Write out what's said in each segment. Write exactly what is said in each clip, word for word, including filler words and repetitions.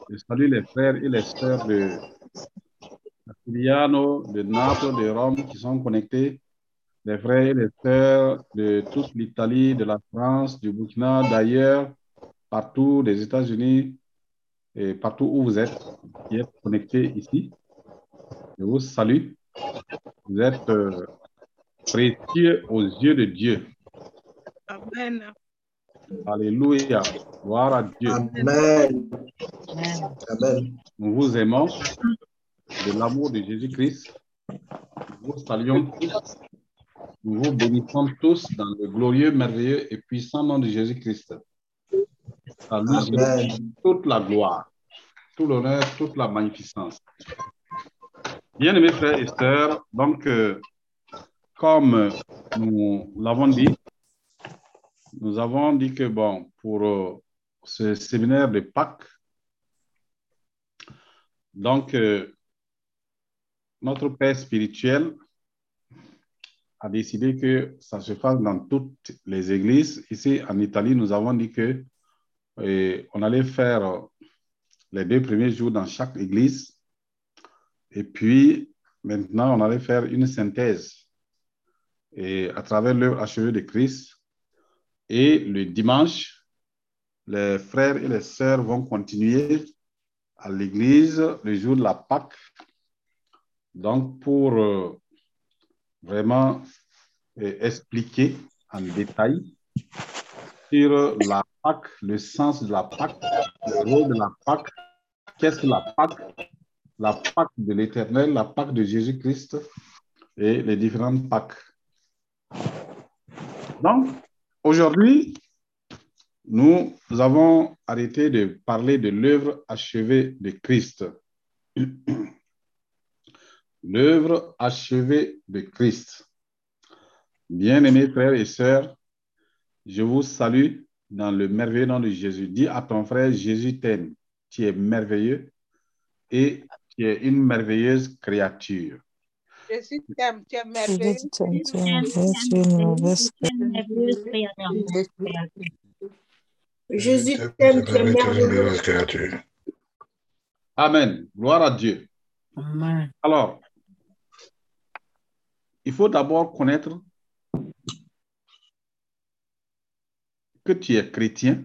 Je salue les frères et les sœurs de Filiano, de Naples, de Rome qui sont connectés, les frères et les sœurs de toute l'Italie, de la France, du Burkina, d'ailleurs, partout, des États-Unis et partout où vous êtes, qui êtes connectés ici. Je vous salue. Vous êtes euh, précieux aux yeux de Dieu. Amen. Alléluia. Gloire à Dieu. Amen. Amen. Nous vous aimons de l'amour de Jésus-Christ. Nous vous saluons tous. Nous vous bénissons tous dans le glorieux, merveilleux et puissant nom de Jésus-Christ. À lui seul Amen. toute la gloire, tout l'honneur, toute la magnificence. Bien-aimés frères et sœurs, donc, euh, comme nous l'avons dit, nous avons dit que, bon, pour euh, ce séminaire de Pâques, donc, euh, notre Père spirituel a décidé que ça se fasse dans toutes les églises. Ici, en Italie, nous avons dit que euh, on allait faire les deux premiers jours dans chaque église. Et puis, maintenant, on allait faire une synthèse et à travers l'œuvre achevée de Christ. Et le dimanche, les frères et les sœurs vont continuer à l'église le jour de la Pâque. Donc, pour euh, vraiment euh, expliquer en détail sur la Pâque, le sens de la Pâque, le rôle de la Pâque, qu'est-ce que la Pâque, la Pâque de l'Éternel, la Pâque de Jésus-Christ et les différentes Pâques. Donc, aujourd'hui, nous avons arrêté de parler de l'œuvre achevée de Christ. L'œuvre achevée de Christ. Bien-aimés frères et sœurs, je vous salue dans le merveilleux nom de Jésus. Dis à ton frère, Jésus t'aime. Tu es merveilleux et tu es une merveilleuse créature. Jésus t'aime, tu es merveilleux. Jésus t'aime, tu es merveilleux, tu es une merveilleuse créature. Jésus t'aime, tu es merveilleuse créature. Amen. Gloire à Dieu. Amen. Alors, il faut d'abord connaître que tu es chrétien.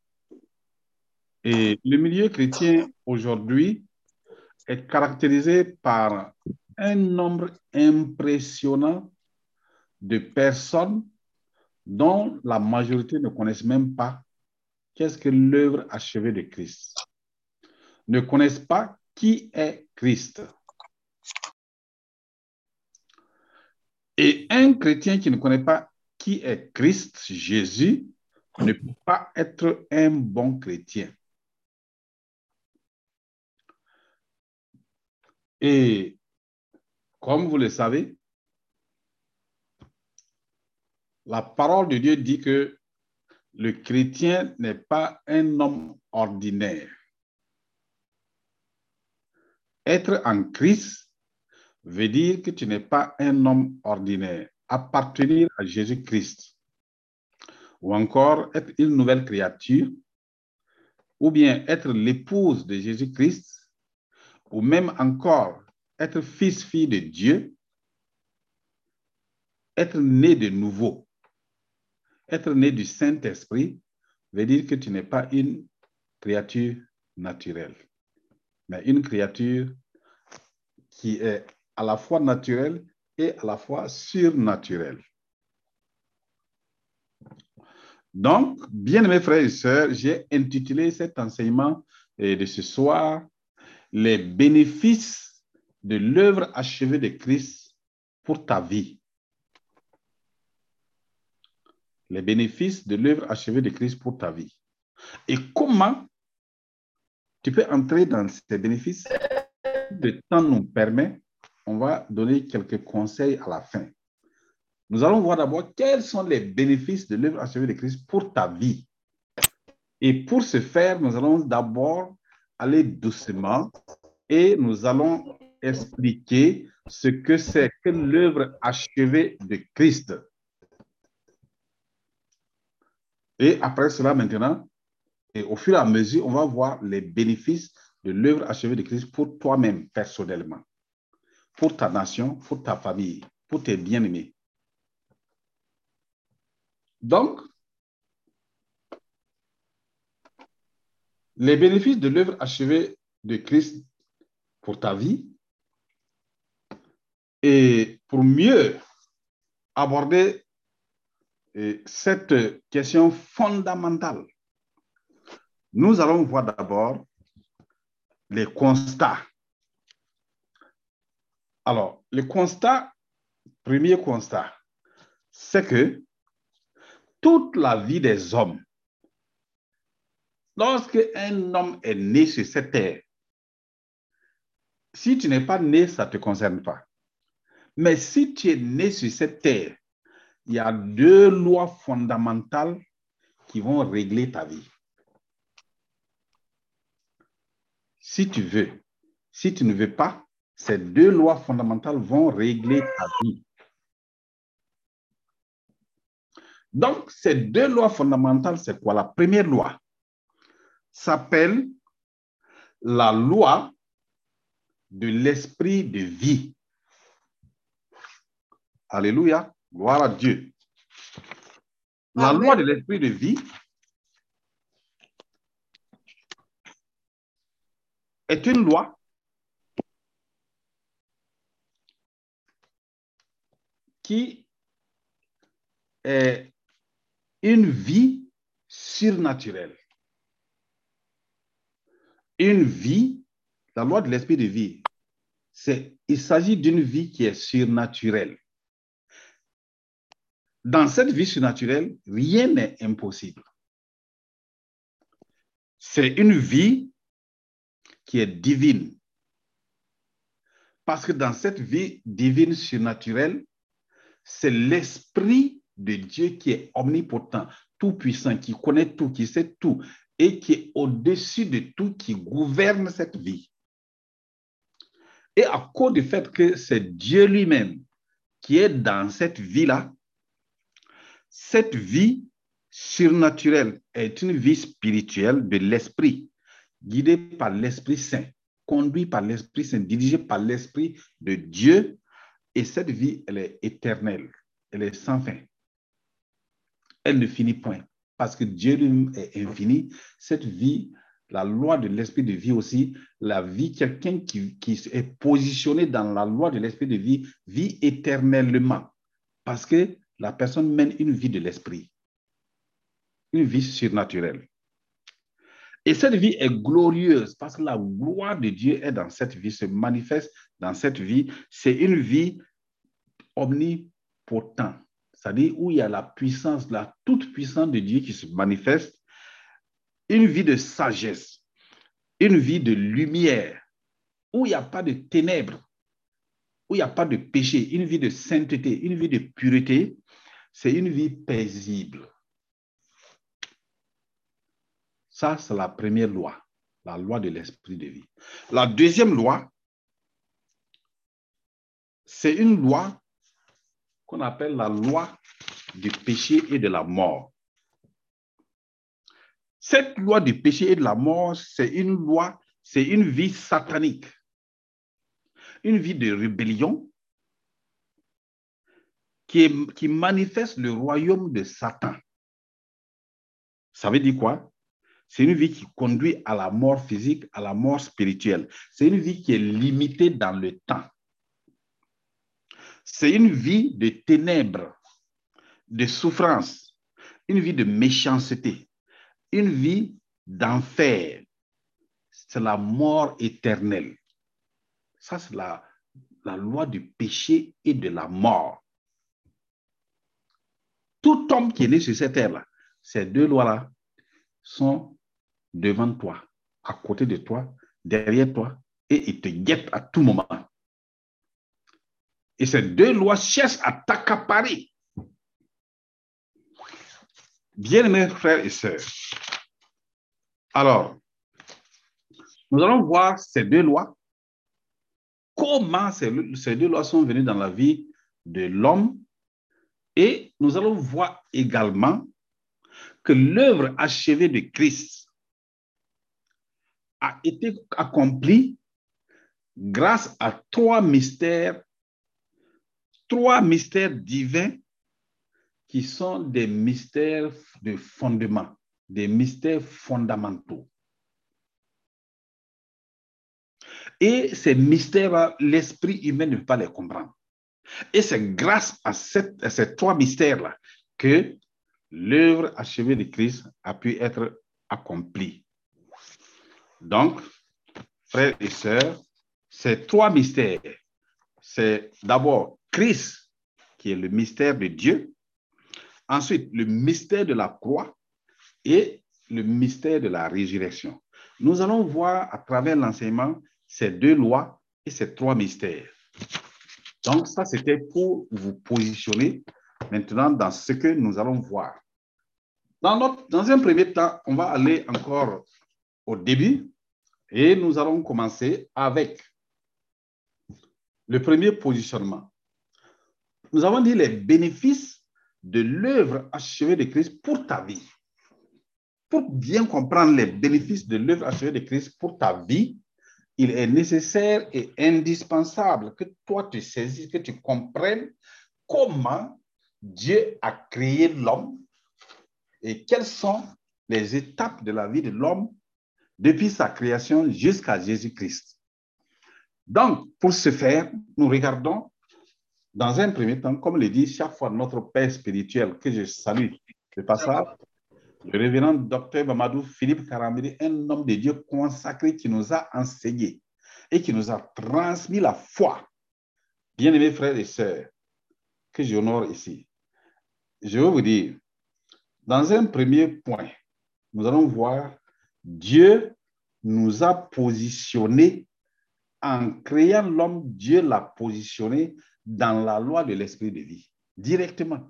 Et le milieu chrétien aujourd'hui est caractérisé par un nombre impressionnant de personnes dont la majorité ne connaissent même pas qu'est-ce que l'œuvre achevée de Christ. Ne connaissent pas qui est Christ. Et un chrétien qui ne connaît pas qui est Christ, Jésus, ne peut pas être un bon chrétien. Et comme vous le savez, la parole de Dieu dit que le chrétien n'est pas un homme ordinaire. Être en Christ veut dire que tu n'es pas un homme ordinaire. Appartenir à Jésus-Christ, ou encore être une nouvelle créature, ou bien être l'épouse de Jésus-Christ, ou même encore être fils, fille de Dieu, être né de nouveau, être né du Saint-Esprit, veut dire que tu n'es pas une créature naturelle, mais une créature qui est à la fois naturelle et à la fois surnaturelle. Donc, bien-aimés frères et sœurs, j'ai intitulé cet enseignement de ce soir « Les bénéfices de l'œuvre achevée de Christ pour ta vie ». Les bénéfices de l'œuvre achevée de Christ pour ta vie. Et comment tu peux entrer dans ces bénéfices? Si le temps nous permet, on va donner quelques conseils à la fin. Nous allons voir d'abord quels sont les bénéfices de l'œuvre achevée de Christ pour ta vie. Et pour ce faire, nous allons d'abord aller doucement et nous allons expliquer ce que c'est que l'œuvre achevée de Christ. Et après cela, maintenant, et au fur et à mesure, on va voir les bénéfices de l'œuvre achevée de Christ pour toi-même personnellement, pour ta nation, pour ta famille, pour tes bien-aimés. Donc, les bénéfices de l'œuvre achevée de Christ pour ta vie et pour mieux aborder cette question fondamentale, nous allons voir d'abord les constats. Alors, le constat, premier constat, c'est que toute la vie des hommes, lorsque un homme est né sur cette terre, si tu n'es pas né, ça ne te concerne pas. Mais si tu es né sur cette terre, il y a deux lois fondamentales qui vont régler ta vie. Si tu veux, si tu ne veux pas, ces deux lois fondamentales vont régler ta vie. Donc, ces deux lois fondamentales, c'est quoi? La première loi s'appelle la loi de l'esprit de vie. Alléluia, gloire à Dieu. La Amen. loi de l'esprit de vie est une loi qui est une vie surnaturelle. Une vie, la loi de l'esprit de vie, c'est, il s'agit d'une vie qui est surnaturelle. Dans cette vie surnaturelle, rien n'est impossible. C'est une vie qui est divine. Parce que dans cette vie divine surnaturelle, c'est l'esprit de Dieu qui est omnipotent, tout-puissant, qui connaît tout, qui sait tout, et qui est au-dessus de tout, qui gouverne cette vie. Et à cause du fait que c'est Dieu lui-même qui est dans cette vie-là, cette vie surnaturelle est une vie spirituelle de l'esprit, guidée par l'Esprit Saint, conduite par l'Esprit Saint, dirigée par l'Esprit de Dieu. Et cette vie, elle est éternelle, elle est sans fin. Elle ne finit point, parce que Dieu lui-même est infini. Cette vie, la loi de l'esprit de vie aussi, la vie, quelqu'un qui, qui est positionné dans la loi de l'esprit de vie, vit éternellement, parce que la personne mène une vie de l'esprit, une vie surnaturelle. Et cette vie est glorieuse, parce que la gloire de Dieu est dans cette vie, se manifeste dans cette vie. C'est une vie omnipotente, c'est-à-dire où il y a la puissance, la toute-puissance de Dieu qui se manifeste, une vie de sagesse, une vie de lumière, où il n'y a pas de ténèbres, où il n'y a pas de péché, une vie de sainteté, une vie de pureté. C'est une vie paisible. Ça, c'est la première loi, la loi de l'esprit de vie. La deuxième loi, c'est une loi qu'on appelle la loi du péché et de la mort. Cette loi du péché et de la mort, c'est une loi, c'est une vie satanique, une vie de rébellion qui, est, qui manifeste le royaume de Satan. Ça veut dire quoi? C'est une vie qui conduit à la mort physique, à la mort spirituelle. C'est une vie qui est limitée dans le temps. C'est une vie de ténèbres, de souffrance, une vie de méchanceté, une vie d'enfer. C'est la mort éternelle. Ça, c'est la, la loi du péché et de la mort. Tout homme qui est né sur cette terre-là, ces deux lois-là sont devant toi, à côté de toi, derrière toi, et ils te guettent à tout moment. Et ces deux lois cherchent à t'accaparer. Bien-aimés frères et sœurs, alors, nous allons voir ces deux lois, comment ces, ces deux lois sont venues dans la vie de l'homme, et nous allons voir également que l'œuvre achevée de Christ a été accompli grâce à trois mystères, trois mystères divins qui sont des mystères de fondement, des mystères fondamentaux. Et ces mystères-là, l'esprit humain ne peut pas les comprendre. Et c'est grâce à, cette, à ces trois mystères-là que l'œuvre achevée de Christ a pu être accomplie. Donc, frères et sœurs, ces trois mystères, c'est d'abord Christ, qui est le mystère de Dieu, ensuite le mystère de la croix et le mystère de la résurrection. Nous allons voir à travers l'enseignement ces deux lois et ces trois mystères. Donc, ça, c'était pour vous positionner maintenant dans ce que nous allons voir. Dans, notre, dans un premier temps, on va aller encore au début et nous allons commencer avec le premier positionnement. Nous avons dit les bénéfices de l'œuvre achevée de Christ pour ta vie. Pour bien comprendre les bénéfices de l'œuvre achevée de Christ pour ta vie, il est nécessaire et indispensable que toi tu saisisses, que tu comprennes comment Dieu a créé l'homme et quelles sont les étapes de la vie de l'homme depuis sa création jusqu'à Jésus-Christ. Donc, pour ce faire, nous regardons dans un premier temps, comme le dit chaque fois notre Père spirituel, que je salue le passage, le révérend docteur Mamadou Philippe Karamiri, un homme de Dieu consacré qui nous a enseigné et qui nous a transmis la foi. Bien-aimés frères et sœurs, que j'honore ici, je veux vous dire, dans un premier point, nous allons voir Dieu nous a positionnés en créant l'homme, Dieu l'a positionné dans la loi de l'esprit de vie, directement.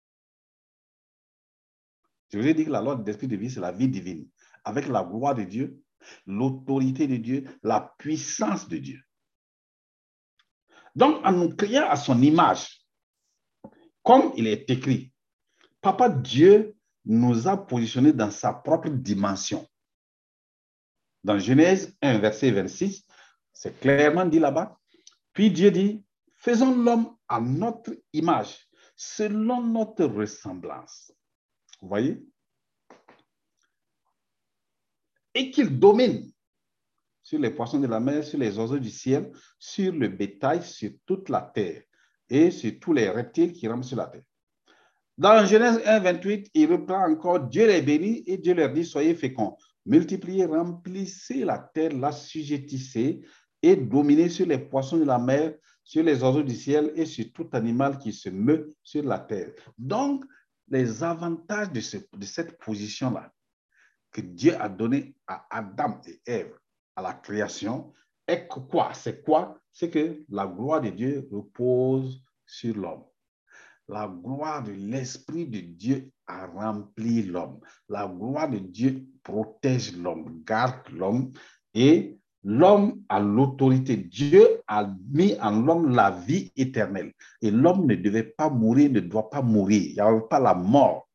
Je vous ai dit que la loi de l'esprit de vie, c'est la vie divine, avec la gloire de Dieu, l'autorité de Dieu, la puissance de Dieu. Donc, en nous créant à son image, comme il est écrit, Papa Dieu nous a positionnés dans sa propre dimension. Dans Genèse un, verset vingt-six, c'est clairement dit là-bas. Puis Dieu dit, faisons l'homme à notre image, selon notre ressemblance. Vous voyez? Et qu'il domine sur les poissons de la mer, sur les oiseaux du ciel, sur le bétail, sur toute la terre et sur tous les reptiles qui rampent sur la terre. Dans Genèse un, vingt-huit, il reprend encore, Dieu les bénit et Dieu leur dit, soyez féconds, multipliez, remplissez la terre, l'assujettissez et dominez sur les poissons de la mer, sur les oiseaux du ciel et sur tout animal qui se meut sur la terre. Donc, les avantages de, ce, de cette position-là que Dieu a donné à Adam et Ève à la création est quoi? C'est quoi? C'est que la gloire de Dieu repose sur l'homme. La gloire de l'Esprit de Dieu a rempli l'homme. La gloire de Dieu protège l'homme, garde l'homme et l'homme a l'autorité. Dieu a mis en l'homme la vie éternelle. Et l'homme ne devait pas mourir, ne doit pas mourir. Il n'y a pas la mort.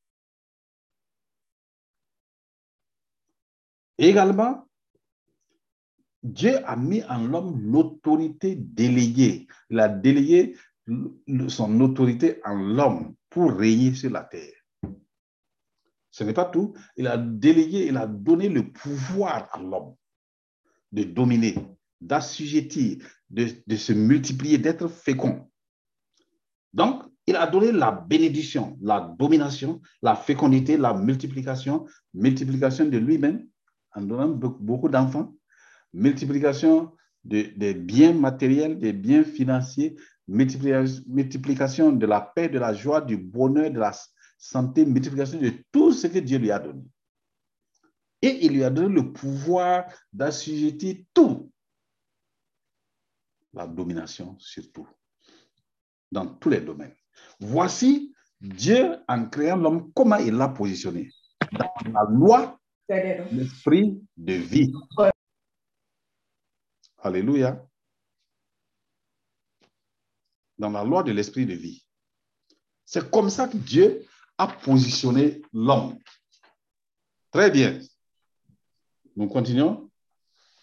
Également, Dieu a mis en l'homme l'autorité déléguée. Il a délégué son autorité en l'homme pour régner sur la terre. Ce n'est pas tout. Il a délégué, il a donné le pouvoir à l'homme de dominer, d'assujettir, de, de se multiplier, d'être fécond. Donc, il a donné la bénédiction, la domination, la fécondité, la multiplication, multiplication de lui-même en donnant beaucoup d'enfants, multiplication de, des biens matériels, des biens financiers, multiplication de la paix, de la joie, du bonheur, de la santé, multiplication de tout ce que Dieu lui a donné. Et il lui a donné le pouvoir d'assujettir tout. La domination sur tout. Dans tous les domaines. Voici Dieu en créant l'homme, comment il l'a positionné. Dans la loi, l'esprit de vie. Alléluia. Dans la loi de l'esprit de vie. C'est comme ça que Dieu a positionné l'homme. Très bien. Nous continuons.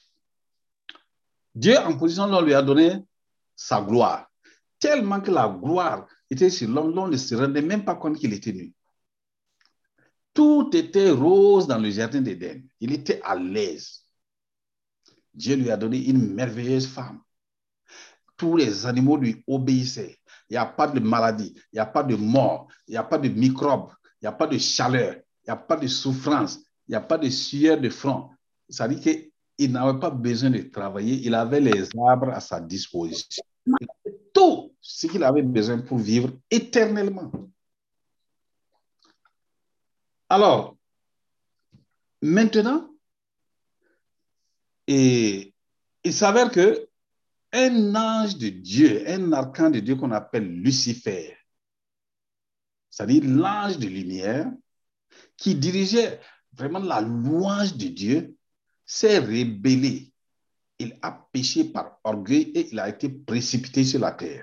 Dieu, en position l'homme, lui a donné sa gloire. Tellement que la gloire était sur l'homme, l'homme ne se rendait même pas compte qu'il était nu. Tout était rose dans le jardin d'Éden. Il était à l'aise. Dieu lui a donné une merveilleuse femme. Tous les animaux lui obéissaient. Il n'y a pas de maladie, il n'y a pas de mort, il n'y a pas de microbes, il n'y a pas de chaleur, il n'y a pas de souffrance, il n'y a pas de sueur de front. Ça veut dire qu'il n'avait pas besoin de travailler, il avait les arbres à sa disposition. Il avait tout ce qu'il avait besoin pour vivre éternellement. Alors, maintenant, et il s'avère que un ange de Dieu, un archange de Dieu qu'on appelle Lucifer, c'est-à-dire l'ange de lumière, qui dirigeait vraiment la louange de Dieu, s'est rébellé. Il a péché par orgueil et il a été précipité sur la terre.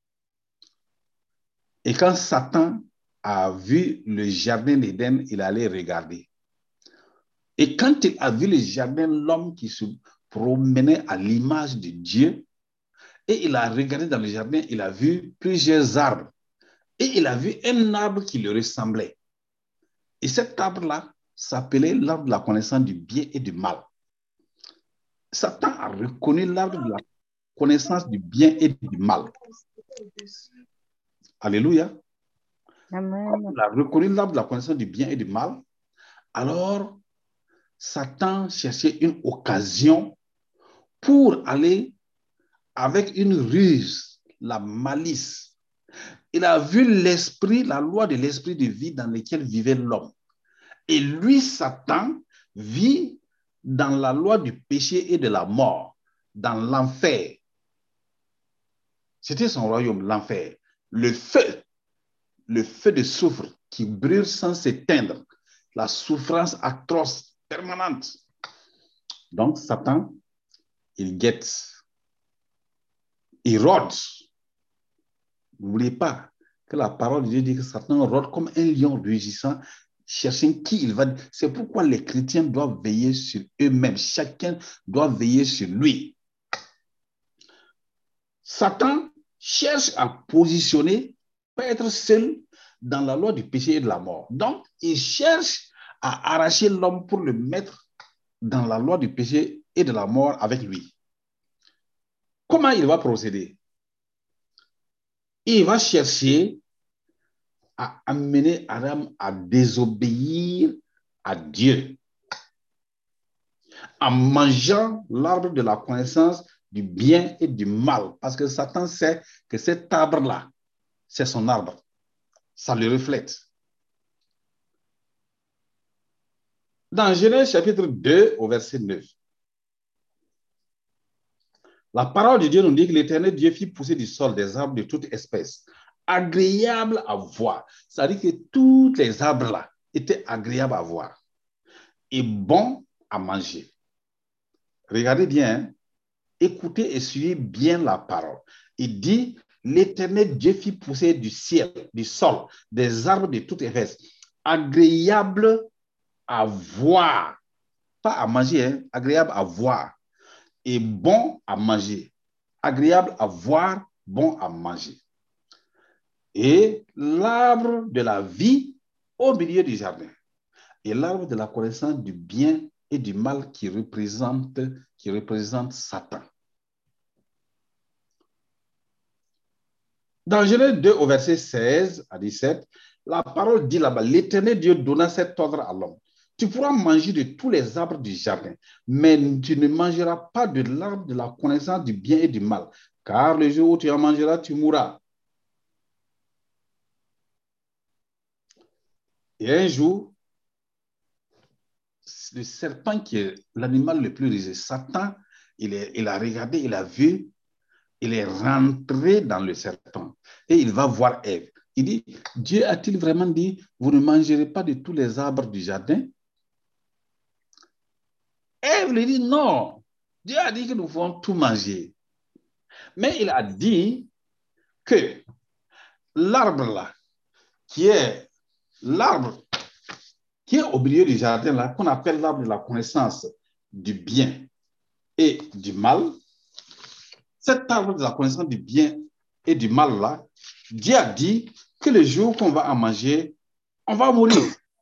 Et quand Satan a vu le jardin d'Éden, il allait regarder. Et quand il a vu le jardin, l'homme qui se promenait à l'image de Dieu, et il a regardé dans le jardin, il a vu plusieurs arbres. Et il a vu un arbre qui lui ressemblait. Et cet arbre-là s'appelait l'arbre de la connaissance du bien et du mal. Satan a reconnu l'arbre de la connaissance du bien et du mal. Alléluia. Amen. Comme il a reconnu l'arbre de la connaissance du bien et du mal, alors Satan cherchait une occasion pour aller avec une ruse, la malice. Il a vu l'esprit, la loi de l'esprit de vie dans lequel vivait l'homme. Et lui, Satan, vit dans la loi du péché et de la mort, dans l'enfer. C'était son royaume, l'enfer. Le feu, le feu de soufre qui brûle sans s'éteindre, la souffrance atroce, permanente. Donc, Satan, il guette, il rôde. N'oubliez pas que la parole de Dieu dit que Satan rôde comme un lion rugissant, cherchant qui il va. C'est pourquoi les chrétiens doivent veiller sur eux-mêmes. Chacun doit veiller sur lui. Satan cherche à positionner, pas être seul dans la loi du péché et de la mort. Donc, il cherche à arracher l'homme pour le mettre dans la loi du péché et de la mort avec lui. Comment il va procéder? Il va chercher à amener Adam à désobéir à Dieu en mangeant l'arbre de la connaissance du bien et du mal. Parce que Satan sait que cet arbre-là, c'est son arbre. Ça le reflète. Dans Genèse chapitre deux au verset neuf, la parole de Dieu nous dit que l'Éternel Dieu fit pousser du sol des arbres de toute espèce, agréables à voir. C'est-à-dire que tous les arbres-là étaient agréables à voir et bons à manger. Regardez bien, hein? Écoutez et suivez bien la parole. Il dit, l'Éternel Dieu fit pousser du ciel, du sol, des arbres de toute espèce, agréables à voir. Pas à manger, hein? Agréable à voir. Et bon à manger. Agréable à voir, bon à manger. Et l'arbre de la vie au milieu du jardin. Et l'arbre de la connaissance du bien et du mal qui représente, qui représente Satan. Dans Genèse deux au verset seize à dix-sept, la parole dit là-bas, l'Éternel Dieu donna cet ordre à l'homme. Tu pourras manger de tous les arbres du jardin, mais tu ne mangeras pas de l'arbre de la connaissance du bien et du mal, car le jour où tu en mangeras, tu mourras. Et un jour, le serpent qui est l'animal le plus rusé, Satan, il, est, il a regardé, il a vu, il est rentré dans le serpent et il va voir Ève. Il dit, Dieu a-t-il vraiment dit, vous ne mangerez pas de tous les arbres du jardin? Ève lui dit, non, Dieu a dit que nous pouvons tout manger. Mais il a dit que l'arbre là, qui est l'arbre qui est au milieu du jardin là, qu'on appelle l'arbre de la connaissance du bien et du mal, cet arbre de la connaissance du bien et du mal là, Dieu a dit que le jour qu'on va en manger, on va mourir.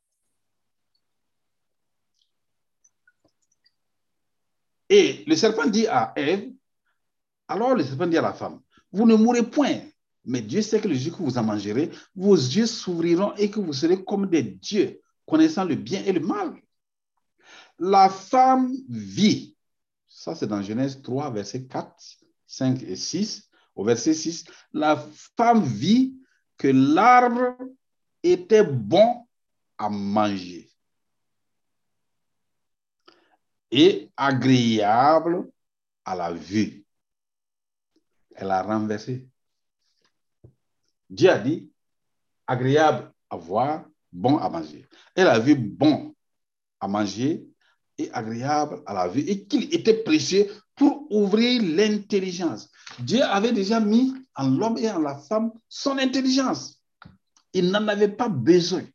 Et le serpent dit à Ève, alors le serpent dit à la femme, vous ne mourrez point, mais Dieu sait que le jour que vous en mangerez, vos yeux s'ouvriront et que vous serez comme des dieux, connaissant le bien et le mal. La femme vit. Ça, c'est dans Genèse trois, versets quatre, cinq et six. Au verset six, la femme vit que l'arbre était bon à manger et agréable à la vue. Elle a renversé. Dieu a dit agréable à voir, bon à manger. Elle a vu bon à manger et agréable à la vue et qu'il était précieux pour ouvrir l'intelligence. Dieu avait déjà mis en l'homme et en la femme son intelligence. Il n'en avait pas besoin.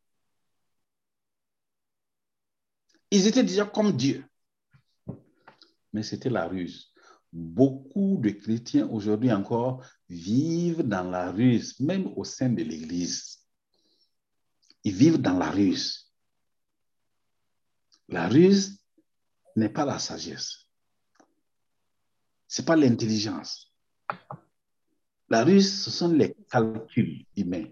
Ils étaient déjà comme Dieu. Mais c'était la ruse. Beaucoup de chrétiens aujourd'hui encore vivent dans la ruse, même au sein de l'Église. Ils vivent dans la ruse. La ruse n'est pas la sagesse. Ce n'est pas l'intelligence. La ruse, ce sont les calculs humains.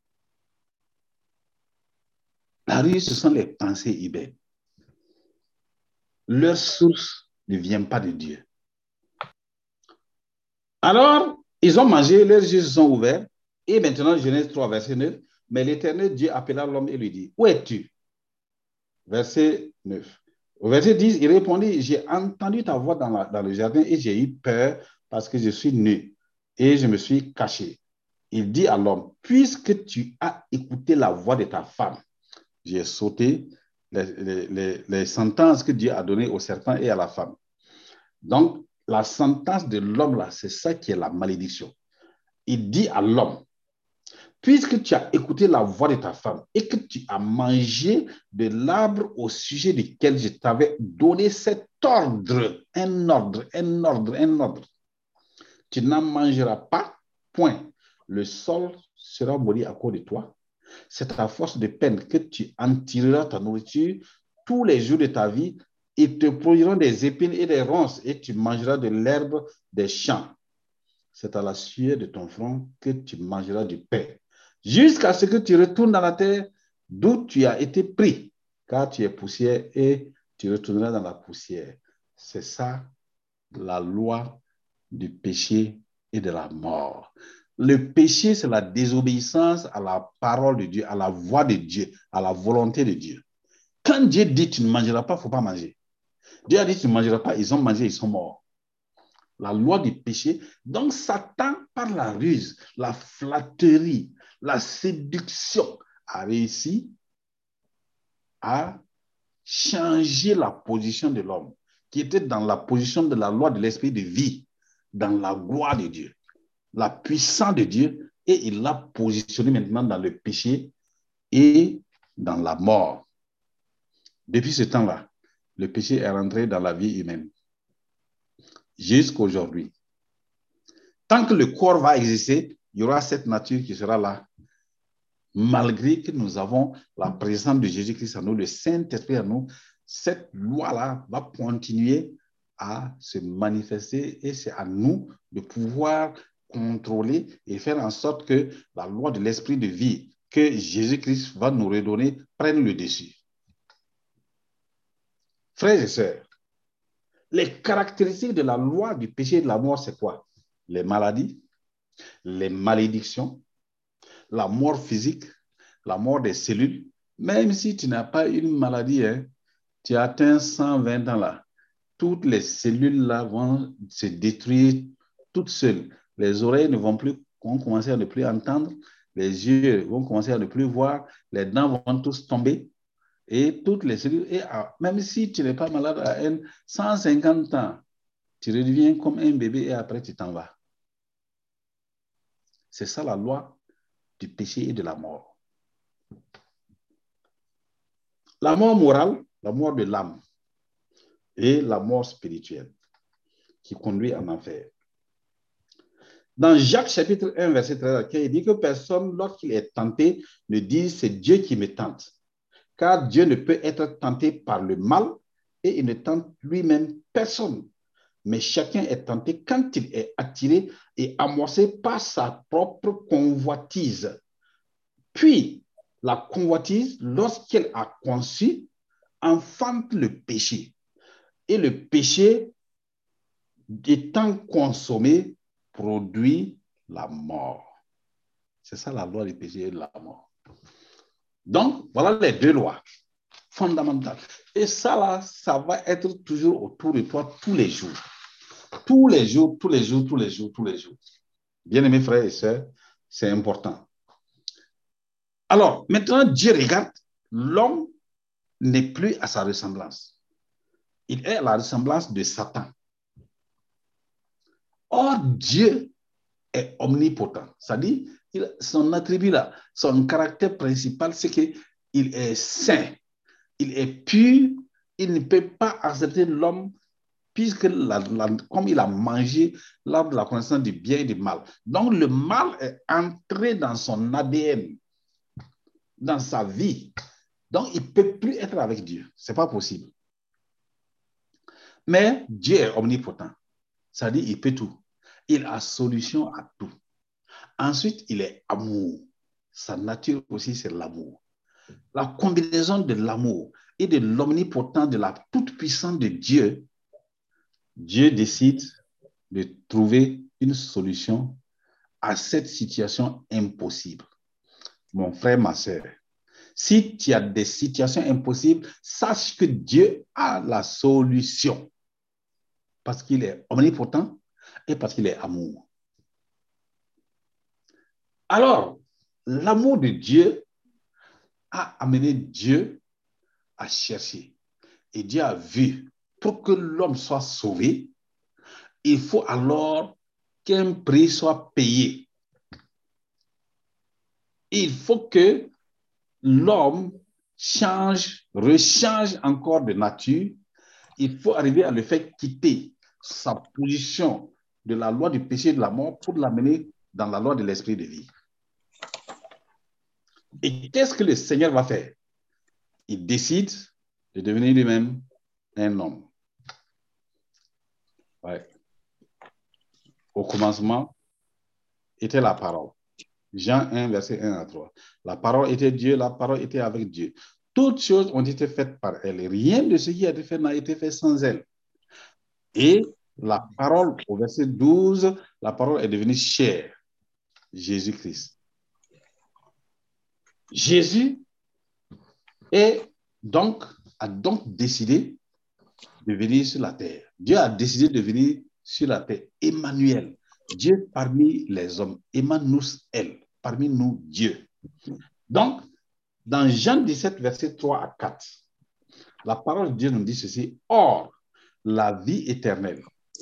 La ruse, ce sont les pensées humaines. Leur source ne vient pas de Dieu. Alors, ils ont mangé, leurs yeux se sont ouverts, et maintenant, Genèse trois, verset neuf, mais l'Éternel Dieu appela l'homme et lui dit, où es-tu? Verset neuf. Au verset dix, il répondit, j'ai entendu ta voix dans, la, dans le jardin et j'ai eu peur parce que je suis nu et je me suis caché. Il dit à l'homme, puisque tu as écouté la voix de ta femme, j'ai sauté les, les, les, les sentences que Dieu a données au serpent et à la femme. Donc, la sentence de l'homme, là, c'est ça qui est la malédiction. Il dit à l'homme, puisque tu as écouté la voix de ta femme et que tu as mangé de l'arbre au sujet duquel je t'avais donné cet ordre, un ordre, un ordre, un ordre, tu n'en mangeras pas, point. Le sol sera maudit à cause de toi. C'est à force de peine que tu en tireras ta nourriture tous les jours de ta vie. Ils te produiront des épines et des ronces et tu mangeras de l'herbe des champs. C'est à la sueur de ton front que tu mangeras du pain, jusqu'à ce que tu retournes dans la terre d'où tu as été pris, car tu es poussière et tu retourneras dans la poussière. C'est ça, la loi du péché et de la mort. Le péché, c'est la désobéissance à la parole de Dieu, à la voix de Dieu, à la volonté de Dieu. Quand Dieu dit tu ne mangeras pas, il ne faut pas manger. Dieu a dit tu ne mangeras pas, ils ont mangé, ils sont morts. La loi du péché. Donc, Satan, par la ruse, la flatterie, la séduction, a réussi à changer la position de l'homme, qui était dans la position de la loi de l'esprit de vie, dans la gloire de Dieu, la puissance de Dieu, et il l'a positionné maintenant dans le péché et dans la mort. Depuis ce temps-là, le péché est rentré dans la vie humaine. Jusqu'à aujourd'hui. Tant que le corps va exister, il y aura cette nature qui sera là. Malgré que nous avons la présence de Jésus-Christ en nous, le Saint-Esprit en nous, cette loi-là va continuer à se manifester et c'est à nous de pouvoir contrôler et faire en sorte que la loi de l'esprit de vie que Jésus-Christ va nous redonner prenne le dessus. Frères et sœurs, les caractéristiques de la loi du péché et de la mort, c'est quoi? Les maladies, les malédictions, la mort physique, la mort des cellules. Même si tu n'as pas une maladie, hein, tu as atteint cent vingt ans là, toutes les cellules là vont se détruire toutes seules. Les oreilles ne vont plus, vont commencer à ne plus entendre, les yeux vont commencer à ne plus voir, les dents vont tous tomber et toutes les cellules, et même si tu n'es pas malade à cent cinquante ans, tu redeviens comme un bébé et après tu t'en vas. C'est ça la loi du péché et de la mort. La mort morale, la mort de l'âme et la mort spirituelle qui conduit en enfer. Dans Jacques chapitre un, verset treize, il dit que personne, lorsqu'il est tenté, ne dise c'est Dieu qui me tente. Car Dieu ne peut être tenté par le mal et il ne tente lui-même personne. Mais chacun est tenté quand il est attiré et amorcé par sa propre convoitise. Puis, la convoitise, lorsqu'elle a conçu, enfante le péché. Et le péché, étant consommé, produit la mort. C'est ça la loi du péché et de la mort. Donc, voilà les deux lois fondamentales. Et ça, là, ça va être toujours autour de toi tous les jours. Tous les jours, tous les jours, tous les jours, tous les jours. Bien-aimés frères et sœurs, c'est important. Alors, maintenant, Dieu regarde, l'homme n'est plus à sa ressemblance. Il est à la ressemblance de Satan. Or, Dieu est omnipotent. C'est-à-dire, son attribut là, son caractère principal, c'est qu'il est saint, il est pur, il ne peut pas accepter l'homme puisque la, la, comme il a mangé l'arbre de la connaissance du bien et du mal. Donc, le mal est entré dans son A D N, dans sa vie. Donc, il ne peut plus être avec Dieu. Ce n'est pas possible. Mais Dieu est omnipotent. C'est-à-dire, il peut tout. Il a solution à tout. Ensuite, il est amour. Sa nature aussi, c'est l'amour. La combinaison de l'amour et de l'omnipotence, de la toute-puissance de Dieu, Dieu décide de trouver une solution à cette situation impossible. Mon frère, ma soeur, si tu as des situations impossibles, sache que Dieu a la solution. Parce qu'il est omnipotent et parce qu'il est amour. Alors, l'amour de Dieu a amené Dieu à chercher. Et Dieu a vu, pour que l'homme soit sauvé, il faut alors qu'un prix soit payé. Il faut que l'homme change, rechange encore de nature. Il faut arriver à le faire quitter sa position de la loi du péché et de la mort pour l'amener dans la loi de l'esprit de vie. Et qu'est-ce que le Seigneur va faire? Il décide de devenir lui-même un homme. Ouais. Au commencement était la parole. Jean un, verset un à trois. La parole était Dieu, la parole était avec Dieu. Toutes choses ont été faites par elle. Rien de ce qui a été fait n'a été fait sans elle. Et la parole, au verset douze, la parole est devenue chair. Jésus-Christ. Jésus est donc, a donc décidé de venir sur la terre. Dieu a décidé de venir sur la terre. Emmanuel, Dieu parmi les hommes. Emmanus El, parmi nous, Dieu. Donc, dans Jean dix-sept, verset trois à quatre, la parole de Dieu nous dit ceci. Or, la vie éternelle,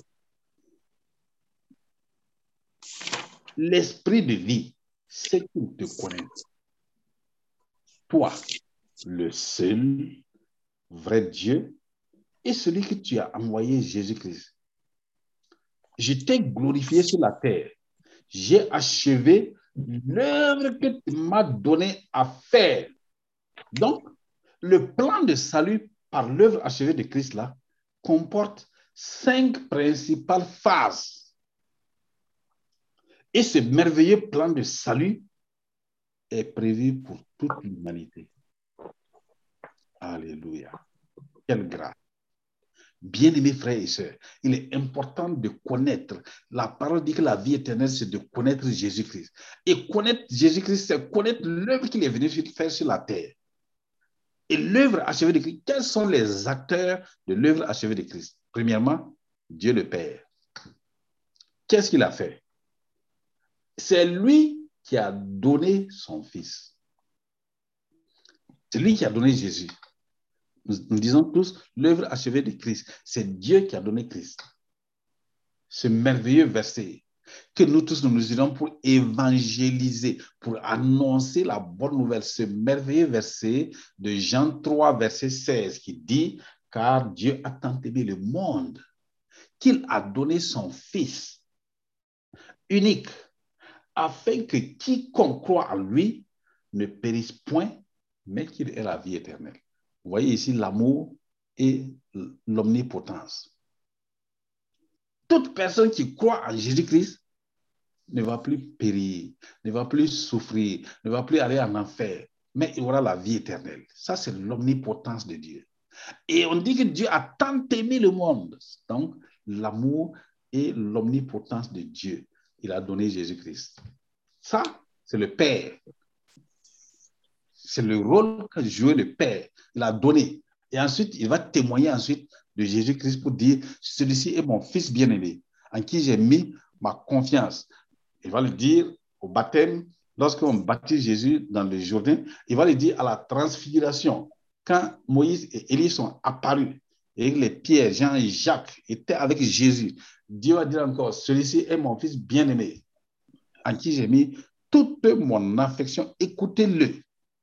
l'esprit de vie, c'est qu'il te connaît. Toi, le seul vrai Dieu et celui que tu as envoyé, Jésus-Christ. Je t'ai glorifié sur la terre. J'ai achevé l'œuvre que tu m'as donné à faire. Donc, le plan de salut par l'œuvre achevée de Christ là comporte cinq principales phases. Et ce merveilleux plan de salut est prévu pour toute l'humanité. Alléluia. Quelle grâce. Bien-aimés frères et sœurs, il est important de connaître. La parole dit que la vie éternelle, c'est de connaître Jésus-Christ. Et connaître Jésus-Christ, c'est connaître l'œuvre qu'il est venu faire sur la terre. Et l'œuvre achevée de Christ, quels sont les acteurs de l'œuvre achevée de Christ? Premièrement, Dieu le Père. Qu'est-ce qu'il a fait? C'est lui qui a donné son Fils. C'est lui qui a donné Jésus. Nous, nous disons tous, l'œuvre achevée de Christ, c'est Dieu qui a donné Christ. Ce merveilleux verset que nous tous nous nous utilisons pour évangéliser, pour annoncer la bonne nouvelle. Ce merveilleux verset de Jean trois, verset seize, qui dit, car Dieu a tant aimé le monde qu'il a donné son Fils, unique, afin que quiconque croit en lui ne périsse point, mais qu'il ait la vie éternelle. Vous voyez ici l'amour et l'omnipotence. Toute personne qui croit en Jésus-Christ ne va plus périr, ne va plus souffrir, ne va plus aller en enfer, mais il aura la vie éternelle. Ça, c'est l'omnipotence de Dieu. Et on dit que Dieu a tant aimé le monde. Donc, l'amour et l'omnipotence de Dieu. Il a donné Jésus-Christ. Ça, c'est le Père. C'est le rôle que jouait le Père. Il a donné. Et ensuite, il va témoigner ensuite de Jésus-Christ pour dire, celui-ci est mon fils bien-aimé, en qui j'ai mis ma confiance. Il va le dire au baptême, lorsqu'on baptise Jésus dans le Jourdain, il va le dire à la transfiguration. Quand Moïse et Élie sont apparus, et les Pierre, Jean et Jacques étaient avec Jésus, Dieu va dire encore, celui-ci est mon fils bien-aimé, en qui j'ai mis toute mon affection, écoutez-le.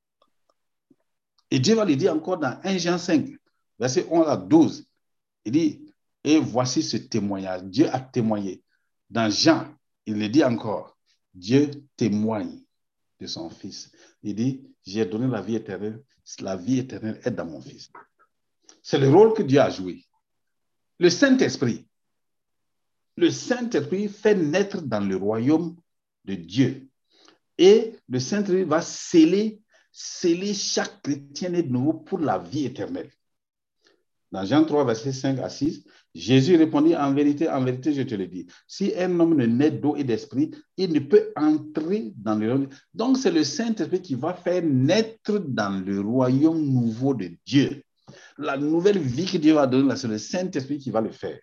Et Dieu va le dire encore dans un Jean cinq, verset onze à douze. Il dit, et voici ce témoignage. Dieu a témoigné. Dans Jean, il le dit encore, Dieu témoigne de son Fils. Il dit, j'ai donné la vie éternelle. La vie éternelle est dans mon Fils. C'est le rôle que Dieu a joué. Le Saint-Esprit. Le Saint-Esprit fait naître dans le royaume de Dieu. Et le Saint-Esprit va sceller, sceller chaque chrétien né de nouveau pour la vie éternelle. Dans Jean trois, versets cinq à six, Jésus répondit, en vérité, en vérité, je te le dis, si un homme ne naît d'eau et d'esprit, il ne peut entrer dans le royaume. Donc, c'est le Saint-Esprit qui va faire naître dans le royaume nouveau de Dieu. La nouvelle vie que Dieu va donner, c'est le Saint-Esprit qui va le faire.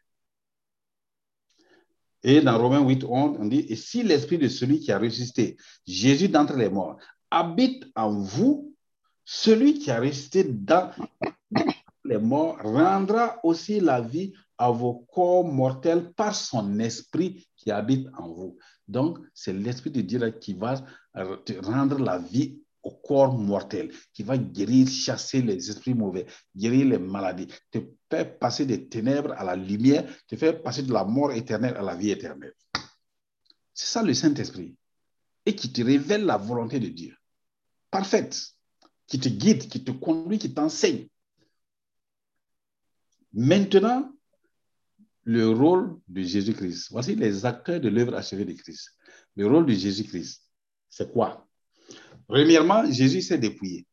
Et dans Romains huit, onze, on dit, et si l'esprit de celui qui a ressuscité Jésus d'entre les morts habite en vous, celui qui a ressuscité dans les morts rendra aussi la vie à vos corps mortels par son esprit qui habite en vous. Donc, c'est l'esprit de Dieu là qui va te rendre la vie au corps mortel, qui va guérir, chasser les esprits mauvais, guérir les maladies, te faire passer des ténèbres à la lumière, te faire passer de la mort éternelle à la vie éternelle. C'est ça le Saint-Esprit. Et qui te révèle la volonté de Dieu. Parfaite. Qui te guide, qui te conduit, qui t'enseigne. Maintenant, le rôle de Jésus-Christ. Voici les acteurs de l'œuvre achevée de Christ. Le rôle de Jésus-Christ, c'est quoi? Premièrement, Jésus s'est dépouillé.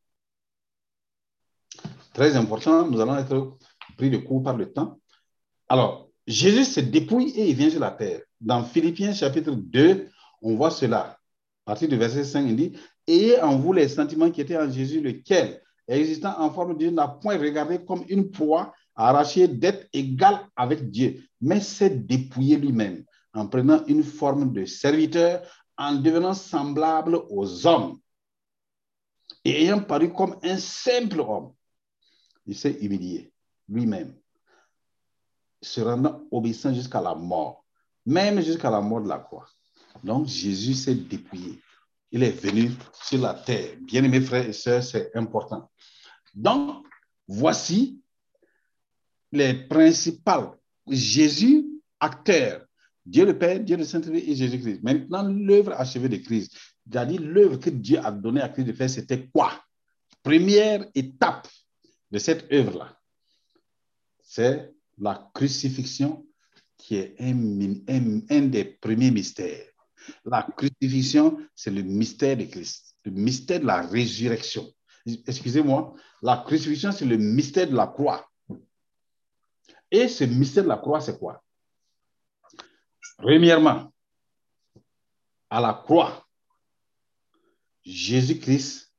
Très important, nous allons être pris de court par le temps. Alors, Jésus se dépouille et il vient sur la terre. Dans Philippiens chapitre deux, on voit cela. À partir du verset cinq, il dit, « Ayez en vous les sentiments qui étaient en Jésus, lequel, existant en forme de Dieu, n'a point regardé comme une proie à arracher d'être égal avec Dieu, mais s'est dépouillé lui-même en prenant une forme de serviteur, en devenant semblable aux hommes. Et ayant paru comme un simple homme, il s'est humilié lui-même, se rendant obéissant jusqu'à la mort, même jusqu'à la mort de la croix. » Donc, Jésus s'est dépouillé. Il est venu sur la terre. Bien-aimés frères et sœurs, c'est important. Donc, voici les principales. Jésus, acteur, Dieu le Père, Dieu le Saint-Esprit et Jésus-Christ. Maintenant, l'œuvre achevée de Christ, c'est-à-dire l'œuvre que Dieu a donnée à Christ de faire, c'était quoi? Première étape de cette œuvre-là, c'est la crucifixion qui est un, un, un des premiers mystères. La crucifixion, c'est le mystère de Christ, le mystère de la résurrection. Excusez-moi, la crucifixion, c'est le mystère de la croix. Et ce mystère de la croix, c'est quoi? Premièrement, à la croix, Jésus-Christ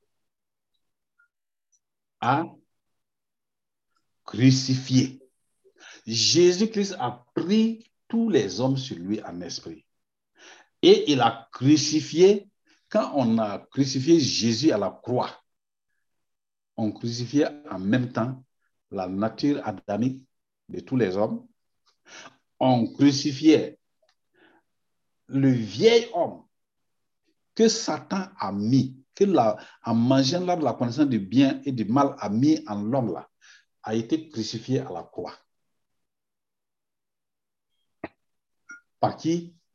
a crucifié. Jésus-Christ a pris tous les hommes sur lui en esprit. Et il a crucifié, quand on a crucifié Jésus à la croix, on crucifiait en même temps la nature adamique de tous les hommes. On crucifiait le vieil homme que Satan a mis, que la, en mangeant l'arbre de la connaissance du bien et du mal a mis en l'homme là, a été crucifié à la croix. Par qui?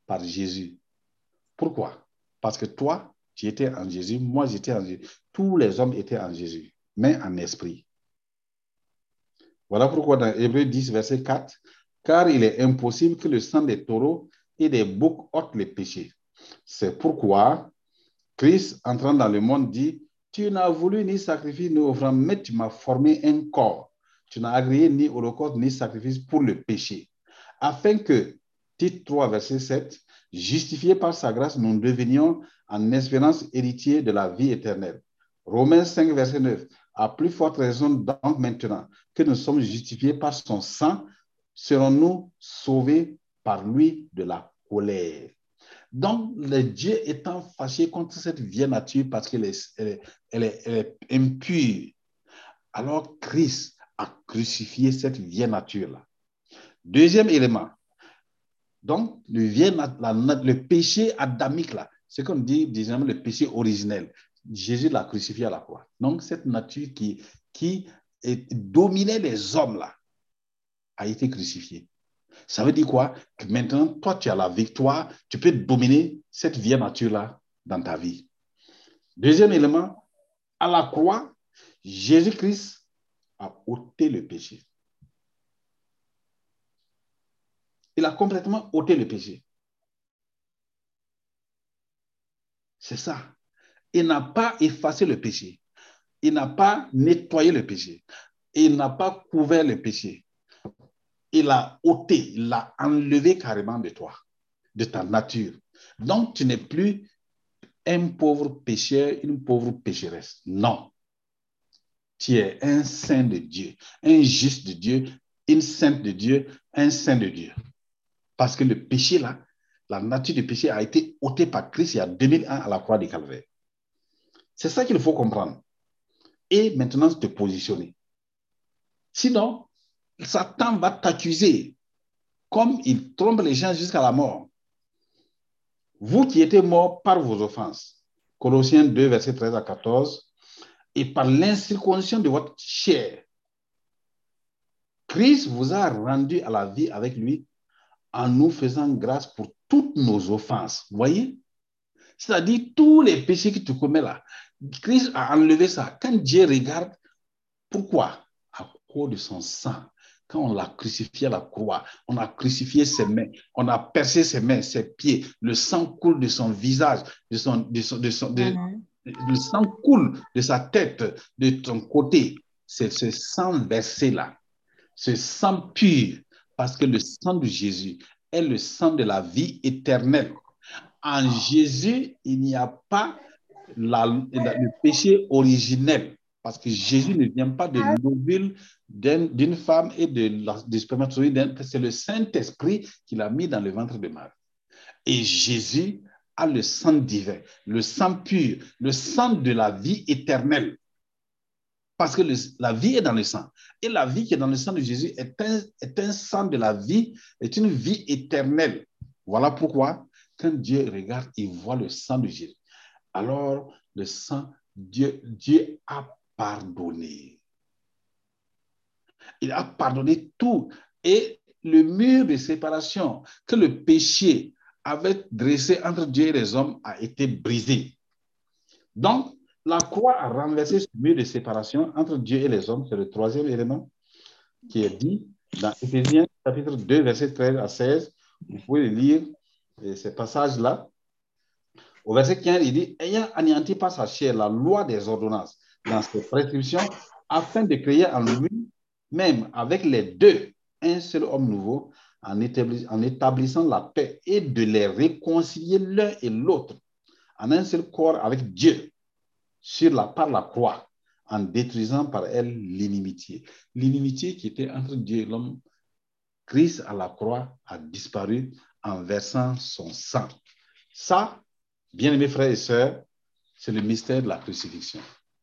par Jésus. Pourquoi? Parce que toi, tu étais en Jésus, moi j'étais en Jésus. Tous les hommes étaient en Jésus, mais en esprit. Voilà pourquoi dans Hébreux dix, verset quatre, car il est impossible que le sang des taureaux et des boucs ôte les péchés. C'est pourquoi Christ, entrant dans le monde, dit, tu n'as voulu ni sacrifice ni offrande, mais tu m'as formé un corps. Tu n'as agréé ni holocauste ni sacrifice pour le péché. Afin que, titre trois, verset sept, justifiés par sa grâce, nous devenions en espérance héritiers de la vie éternelle. Romains cinq, verset neuf, à plus forte raison donc maintenant que nous sommes justifiés par son sang, serons-nous sauvés par lui de la colère. Donc, le Dieu étant fâché contre cette vieille nature parce qu'elle est, elle est, elle est, elle est impure, alors Christ a crucifié cette vieille nature-là. Deuxième élément, donc le, vieil, la, le péché adamique, là, c'est comme dit disons, le péché originel. Jésus l'a crucifié à la croix. Donc, cette nature qui, qui est, dominait les hommes, là, a été crucifiée. Ça veut dire quoi? Que maintenant, toi, tu as la victoire, tu peux dominer cette vieille nature-là dans ta vie. Deuxième élément, à la croix, Jésus-Christ a ôté le péché. Il a complètement ôté le péché. C'est ça. Il n'a pas effacé le péché. Il n'a pas nettoyé le péché. Il n'a pas couvert le péché. Il l'a ôté, il l'a enlevé carrément de toi, de ta nature. Donc, tu n'es plus un pauvre pécheur, une pauvre pécheresse. Non. Tu es un saint de Dieu, un juste de Dieu, une sainte de Dieu, un saint de Dieu. Parce que le péché, là, la nature du péché a été ôtée par Christ il y a deux mille ans à la croix du Calvaire. C'est ça qu'il faut comprendre. Et maintenant, te positionner. Sinon, Satan va t'accuser comme il trompe les gens jusqu'à la mort. Vous qui étiez morts par vos offenses. Colossiens deux, versets treize à quatorze. Et par l'incirconcision de votre chair, Christ vous a rendu à la vie avec lui en nous faisant grâce pour toutes nos offenses. Vous voyez? C'est-à-dire tous les péchés que tu commets là. Christ a enlevé ça. Quand Dieu regarde, pourquoi? À cause de son sang. Quand on l'a crucifié à la croix, on a crucifié ses mains, on a percé ses mains, ses pieds, le sang coule de son visage, de son, de son, de son, de, mm-hmm. le sang coule de sa tête, de ton côté. C'est ce sang versé là, ce sang pur, parce que le sang de Jésus est le sang de la vie éternelle. En Jésus, il n'y a pas la, la, le péché originel. Parce que Jésus ne vient pas de l'ovule d'une femme et de la, du spermatozoïde, c'est le Saint-Esprit qui l'a mis dans le ventre de Marie. Et Jésus a le sang divin, le sang pur, le sang de la vie éternelle. Parce que le, la vie est dans le sang. Et la vie qui est dans le sang de Jésus est un, est un sang de la vie, est une vie éternelle. Voilà pourquoi, quand Dieu regarde, il voit le sang de Jésus. Alors, le sang, Dieu, Dieu a pardonné. Il a pardonné tout. Et le mur de séparation que le péché avait dressé entre Dieu et les hommes a été brisé. Donc, la croix a renversé ce mur de séparation entre Dieu et les hommes. C'est le troisième élément qui est dit dans Éphésiens chapitre deux, versets treize à seize. Vous pouvez lire ces passages-là. Au verset quinze, il dit, ayant anéanti par sa chair la loi des ordonnances dans ses prescriptions, afin de créer en lui-même avec les deux un seul homme nouveau, en, établis en établissant la paix et de les réconcilier l'un et l'autre en un seul corps avec Dieu sur la, par la croix, en détruisant par elle l'inimitié. L'inimitié qui était entre Dieu et l'homme, Christ à la croix a disparu en versant son sang. Ça, bien-aimés frères et sœurs, c'est le mystère de la crucifixion.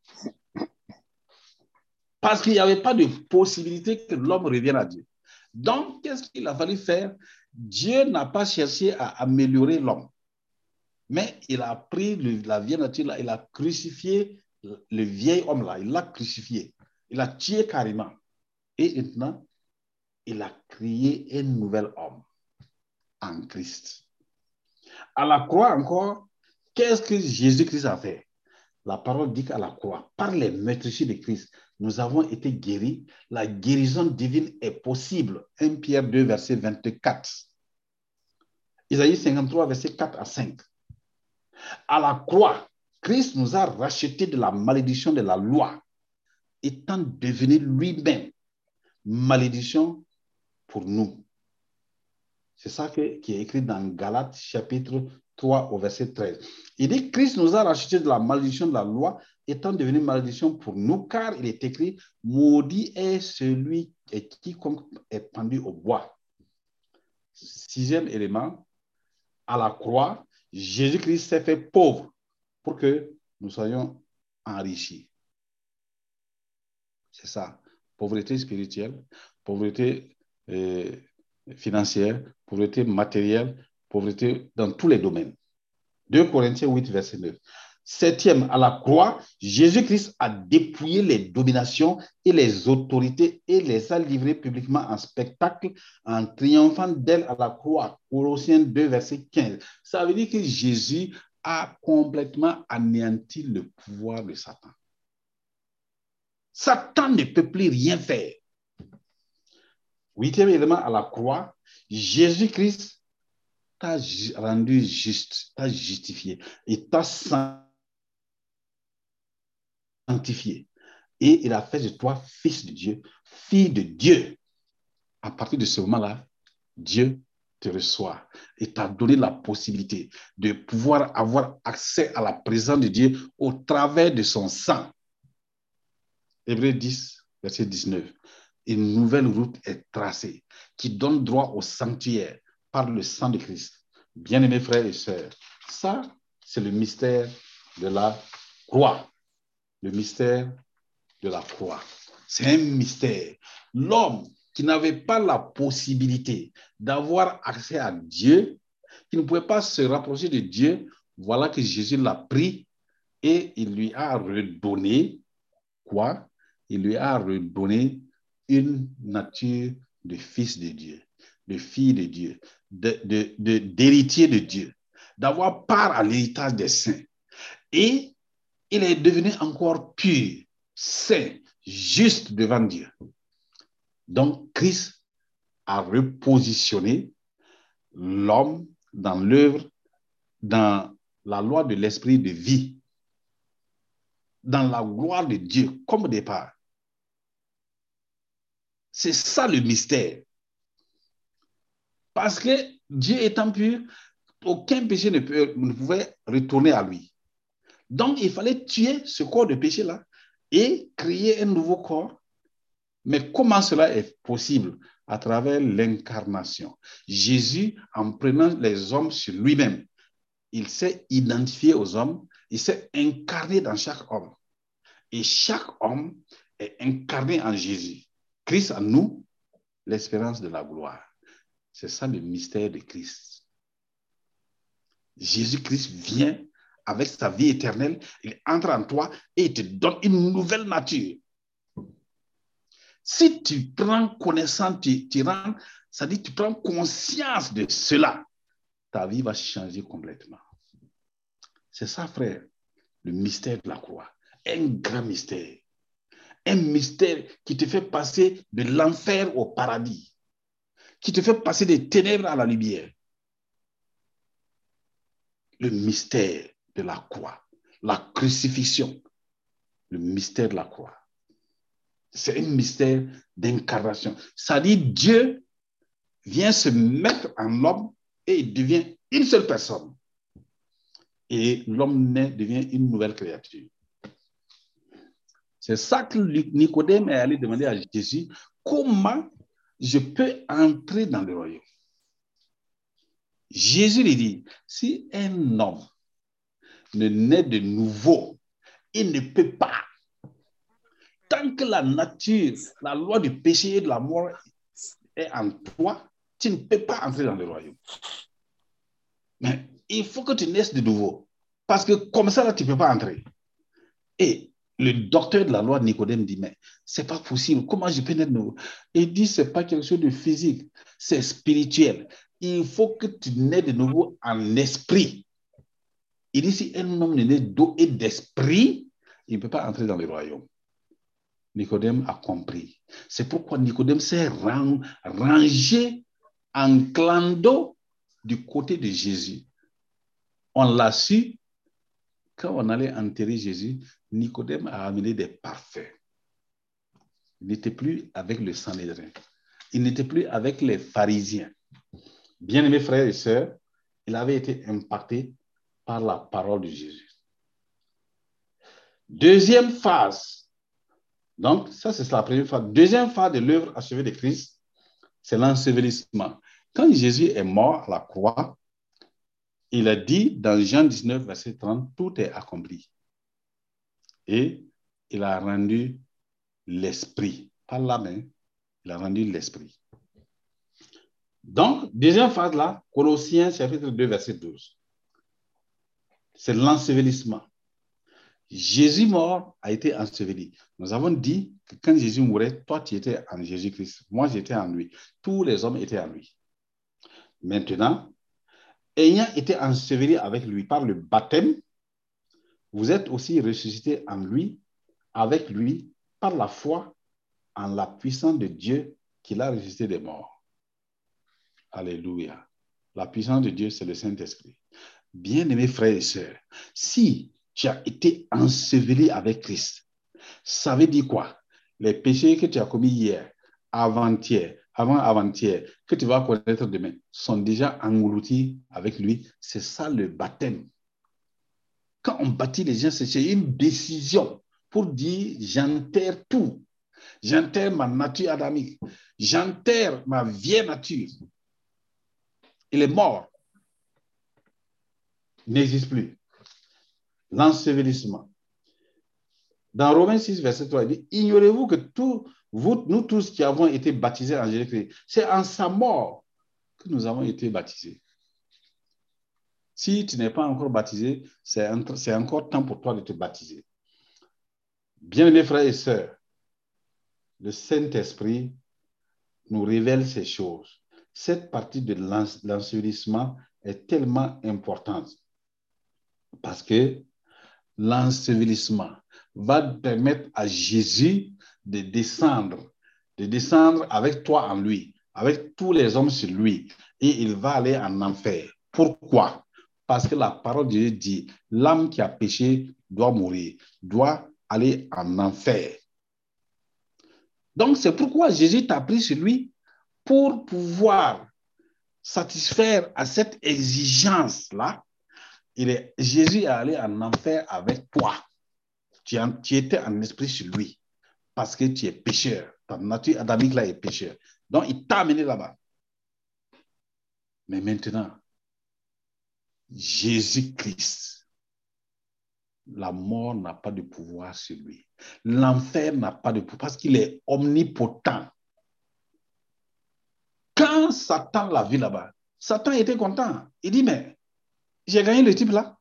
Parce qu'il n'y avait pas de possibilité que l'homme revienne à Dieu. Donc, qu'est-ce qu'il a fallu faire? Dieu n'a pas cherché à améliorer l'homme. Mais il a pris le, la vieille nature, là, il a crucifié le vieil homme, là, il l'a crucifié. Il l'a tué carrément. Et maintenant, il a créé un nouvel homme en Christ. À la croix encore, qu'est-ce que Jésus-Christ a fait? La parole dit qu'à la croix, par les meurtrissures de Christ, nous avons été guéris. La guérison divine est possible. un Pierre deux, verset vingt-quatre. Isaïe cinquante-trois, verset quatre à cinq. À la croix, Christ nous a rachetés de la malédiction de la loi, étant devenu lui-même malédiction pour nous. C'est ça que, qui est écrit dans Galates chapitre trois au verset treize. Il dit, Christ nous a rachetés de la malédiction de la loi, étant devenu malédiction pour nous, car il est écrit, maudit est celui et quiconque est pendu au bois. Sixième élément, à la croix, Jésus-Christ s'est fait pauvre pour que nous soyons enrichis. C'est ça. Pauvreté spirituelle, pauvreté euh, financière, pauvreté matérielle, pauvreté dans tous les domaines. deux Corinthiens huit, verset neuf. Septième, à la croix, Jésus-Christ a dépouillé les dominations et les autorités et les a livrées publiquement en spectacle en triomphant d'elles à la croix. Colossiens deux, verset quinze. Ça veut dire que Jésus a complètement anéanti le pouvoir de Satan. Satan ne peut plus rien faire. Huitième élément, à la croix, Jésus-Christ t'a rendu juste, t'a justifié et t'a sanctifié. Et il a fait de toi fils de Dieu, fille de Dieu. À partir de ce moment-là, Dieu te reçoit et t'a donné la possibilité de pouvoir avoir accès à la présence de Dieu au travers de son sang. Hébreux dix, verset dix-neuf. Une nouvelle route est tracée qui donne droit au sanctuaire par le sang de Christ. Bien-aimés frères et sœurs, ça, c'est le mystère de la croix. Le mystère de la croix. C'est un mystère. L'homme qui n'avait pas la possibilité d'avoir accès à Dieu, qui ne pouvait pas se rapprocher de Dieu, voilà que Jésus l'a pris et il lui a redonné quoi? Il lui a redonné une nature de fils de Dieu, de fille de Dieu, de, de, de, d'héritier de Dieu, d'avoir part à l'héritage des saints. Et il est devenu encore pur, saint, juste devant Dieu. Donc, Christ a repositionné l'homme dans l'œuvre, dans la loi de l'esprit de vie, dans la gloire de Dieu, comme au départ. C'est ça le mystère. Parce que Dieu étant pur, aucun péché ne, peut, ne pouvait retourner à lui. Donc, il fallait tuer ce corps de péché-là et créer un nouveau corps. Mais comment cela est possible? À travers l'incarnation. Jésus, en prenant les hommes sur lui-même, il s'est identifié aux hommes, il s'est incarné dans chaque homme. Et chaque homme est incarné en Jésus. Christ en nous, l'espérance de la gloire. C'est ça le mystère de Christ. Jésus-Christ vient avec sa vie éternelle, il entre en toi et il te donne une nouvelle nature. Si tu prends connaissance, tu, tu rends, ça dit tu prends conscience de cela, ta vie va changer complètement. C'est ça, frère, le mystère de la croix. Un grand mystère. Un mystère qui te fait passer de l'enfer au paradis, qui te fait passer des ténèbres à la lumière. Le mystère de la croix, la crucifixion, le mystère de la croix. C'est un mystère d'incarnation. Ça dit Dieu vient se mettre en l'homme et il devient une seule personne. Et l'homme naît, devient une nouvelle créature. C'est ça que Nicodème est allé demander à Jésus, comment je peux entrer dans le royaume? Jésus lui dit, si un homme ne naît de nouveau, il ne peut pas. Tant que la nature, la loi du péché et de la mort est en toi, tu ne peux pas entrer dans le royaume. Mais il faut que tu naisses de nouveau. Parce que comme ça, là, tu ne peux pas entrer. Et le docteur de la loi, Nicodème, dit, mais ce n'est pas possible. Comment je peux naître de nouveau? Il dit, ce n'est pas quelque chose de physique, c'est spirituel. il faut que tu nais de nouveau en esprit. Il dit, si un homme est né d'eau et d'esprit, il ne peut pas entrer dans le royaume. Nicodème a compris. C'est pourquoi Nicodème s'est rang, rangé en clando du côté de Jésus. On l'a su, quand on allait enterrer Jésus, Nicodème a amené des parfums. Il n'était plus avec le Sanhédrin. Il n'était plus avec les pharisiens. Bien-aimés frères et sœurs, il avait été impacté par la parole de Jésus. Deuxième phase. Donc, ça, c'est la première phase. Deuxième phase de l'œuvre achevée de Christ, c'est l'ensevelissement. Quand Jésus est mort à la croix, il a dit dans Jean dix-neuf, verset trente, tout est accompli. Et il a rendu l'esprit. Pas la main, il a rendu l'esprit. Donc, deuxième phase là, Colossiens chapitre deux, verset douze. C'est l'ensevelissement. Jésus mort a été enseveli. Nous avons dit que quand Jésus mourait, toi tu étais en Jésus-Christ. Moi j'étais en lui. Tous les hommes étaient en lui. Maintenant, ayant été ensevelis avec lui par le baptême, vous êtes aussi ressuscités en lui, avec lui, par la foi en la puissance de Dieu qui l'a ressuscité des morts. Alléluia. La puissance de Dieu, c'est le Saint-Esprit. Bien-aimés frères et sœurs, si tu as été enseveli avec Christ, ça veut dire quoi? Les péchés que tu as commis hier, avant-hier, avant-avant-hier, que tu vas connaître demain, sont déjà engloutis avec lui. C'est ça le baptême. Quand on baptise les gens, c'est une décision pour dire j'enterre tout. J'enterre ma nature adamique. J'enterre ma vieille nature. Il est mort. Il n'existe plus. L'ensevelissement. Dans Romains six, verset trois, il dit, ignorez-vous que tout, vous, nous tous qui avons été baptisés en Jésus-Christ, c'est en sa mort que nous avons été baptisés. Si tu n'es pas encore baptisé, c'est, c'est encore temps pour toi de te baptiser. Bien-aimés frères et sœurs, le Saint-Esprit nous révèle ces choses. Cette partie de l'ensevelissement est tellement importante parce que l'ensevelissement va permettre à Jésus de descendre, de descendre avec toi en lui, avec tous les hommes sur lui, et il va aller en enfer. Pourquoi? Parce que la parole de Dieu dit, l'âme qui a péché doit mourir, doit aller en enfer. Donc, c'est pourquoi Jésus t'a pris sur lui pour pouvoir satisfaire à cette exigence-là. Il est, Jésus est allé en enfer avec toi. Tu, en, tu étais en esprit sur lui parce que tu es pécheur. Ta nature adamique là est pécheur. Donc, il t'a amené là-bas. Mais maintenant, Jésus-Christ, la mort n'a pas de pouvoir sur lui. L'enfer n'a pas de pouvoir parce qu'il est omnipotent. Quand Satan l'a vu là-bas, Satan était content. Il dit, mais j'ai gagné le type là.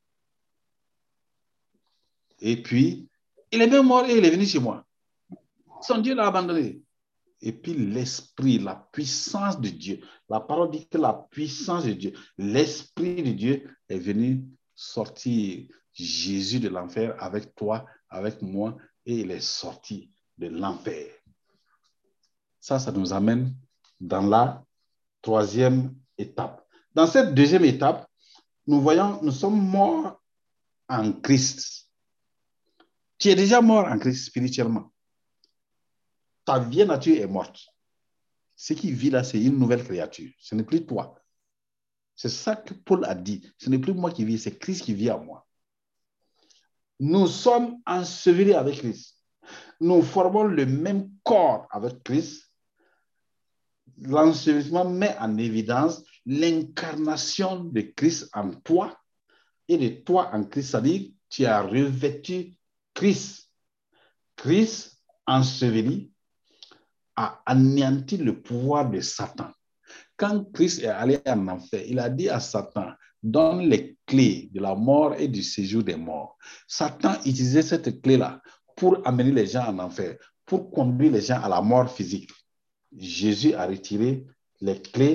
Et puis, il est même mort et il est venu chez moi. Son Dieu l'a abandonné. Et puis l'esprit, la puissance de Dieu. La parole dit que la puissance de Dieu, l'esprit de Dieu est venu sortir Jésus de l'enfer avec toi, avec moi, et il est sorti de l'enfer. Ça, ça nous amène dans la troisième étape. Dans cette deuxième étape, nous voyons, nous sommes morts en Christ. Tu es déjà mort en Christ spirituellement. Ta vieille nature est morte. Ce qui vit là, c'est une nouvelle créature. Ce n'est plus toi. C'est ça que Paul a dit. Ce n'est plus moi qui vis, c'est Christ qui vit en moi. Nous sommes ensevelis avec Christ. Nous formons le même corps avec Christ. L'ensevelissement met en évidence l'incarnation de Christ en toi et de toi en Christ. C'est-à-dire, tu as revêtu Christ. Christ enseveli a anéanti le pouvoir de Satan. Quand Christ est allé en enfer, il a dit à Satan, donne les clés de la mort et du séjour des morts. Satan utilisait cette clé-là pour amener les gens en enfer, pour conduire les gens à la mort physique. Jésus a retiré les clés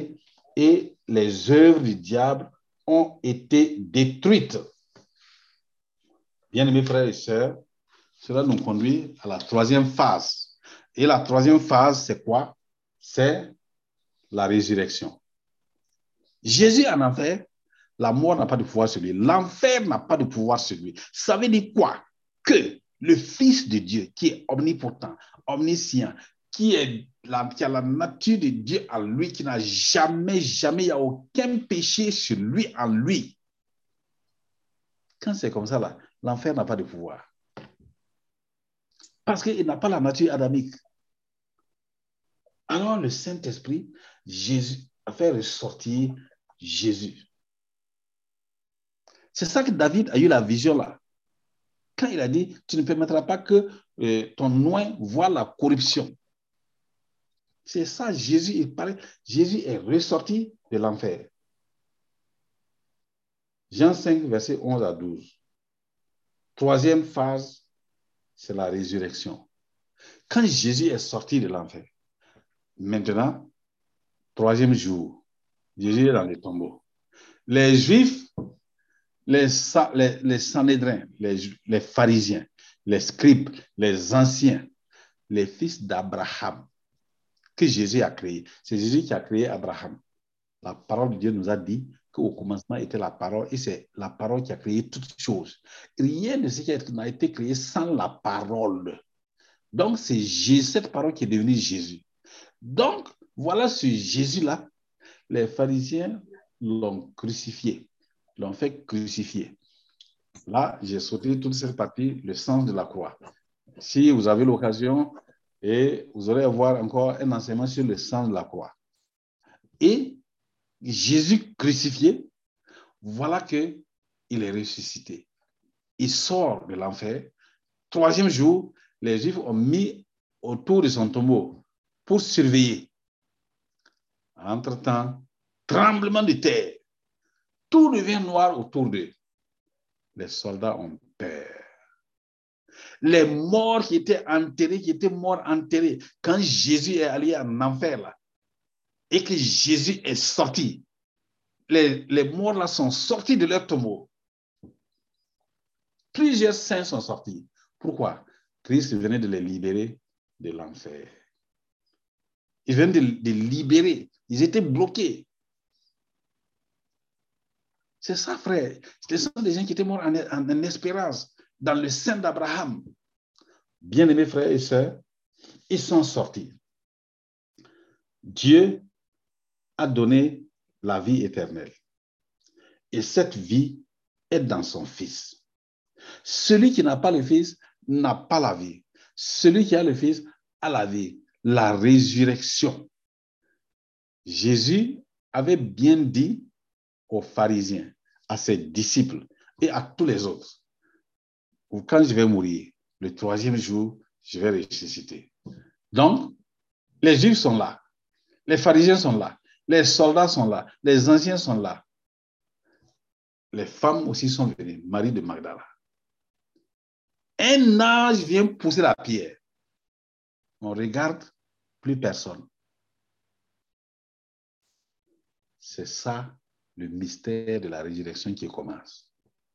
et les œuvres du diable ont été détruites. Bien-aimés frères et sœurs, cela nous conduit à la troisième phase. Et la troisième phase, c'est quoi? C'est la résurrection. Jésus en enfer, la mort n'a pas de pouvoir sur lui. L'enfer n'a pas de pouvoir sur lui. Ça veut dire quoi? Que le Fils de Dieu, qui est omnipotent, omniscient, qui, est la, qui a la nature de Dieu en lui, qui n'a jamais, jamais, il n'y a aucun péché sur lui, en lui. Quand c'est comme ça, là, l'enfer n'a pas de pouvoir. Parce qu'il n'a pas la nature adamique. Alors le Saint-Esprit, Jésus, a fait ressortir Jésus. C'est ça que David a eu la vision là. Quand il a dit, tu ne permettras pas que euh, ton oint voie la corruption. C'est ça, Jésus, il paraît, Jésus est ressorti de l'enfer. Jean cinq, verset onze à douze. Troisième phase, c'est la résurrection. Quand Jésus est sorti de l'enfer, maintenant, troisième jour, Jésus est dans les tombeaux. Les Juifs, les, les, les Sanhédrins, les, les pharisiens, les scribes, les anciens, les fils d'Abraham, que Jésus a créé. C'est Jésus qui a créé Abraham. La parole de Dieu nous a dit qu'au commencement était la parole et c'est la parole qui a créé toutes choses. Rien de ce qui n'a été créé sans la parole. Donc, c'est cette parole qui est devenue Jésus. Donc, voilà ce Jésus-là. Les pharisiens l'ont crucifié, l'ont fait crucifier. Là, j'ai sauté toute cette partie, le sens de la croix. Si vous avez l'occasion, et vous aurez à voir encore un enseignement sur le sens de la croix. Et Jésus crucifié, voilà qu'il est ressuscité. Il sort de l'enfer. Troisième jour, les Juifs ont mis autour de son tombeau pour surveiller. Entre-temps, tremblement de terre. Tout devient noir autour d'eux. Les soldats ont peur. Les morts qui étaient enterrés, qui étaient morts enterrés, quand Jésus est allé en enfer là, et que Jésus est sorti, les, les morts là sont sortis de leur tombeau. Plusieurs saints sont sortis. Pourquoi? Christ venait de les libérer de l'enfer. Il venait de les libérer. Ils étaient bloqués. C'est ça, frère. Ce sont des gens qui étaient morts en, en, en espérance, dans le sein d'Abraham. Bien-aimés frères et sœurs, ils sont sortis. Dieu a donné la vie éternelle. Et cette vie est dans son Fils. Celui qui n'a pas le Fils n'a pas la vie. Celui qui a le Fils a la vie, la résurrection. Jésus avait bien dit aux pharisiens, à ses disciples et à tous les autres, quand je vais mourir, le troisième jour, je vais ressusciter. Donc, les Juifs sont là, les pharisiens sont là, les soldats sont là, les anciens sont là. Les femmes aussi sont venues, Marie de Magdala. Un ange vient pousser la pierre. On regarde, plus personne. C'est ça le mystère de la résurrection qui commence.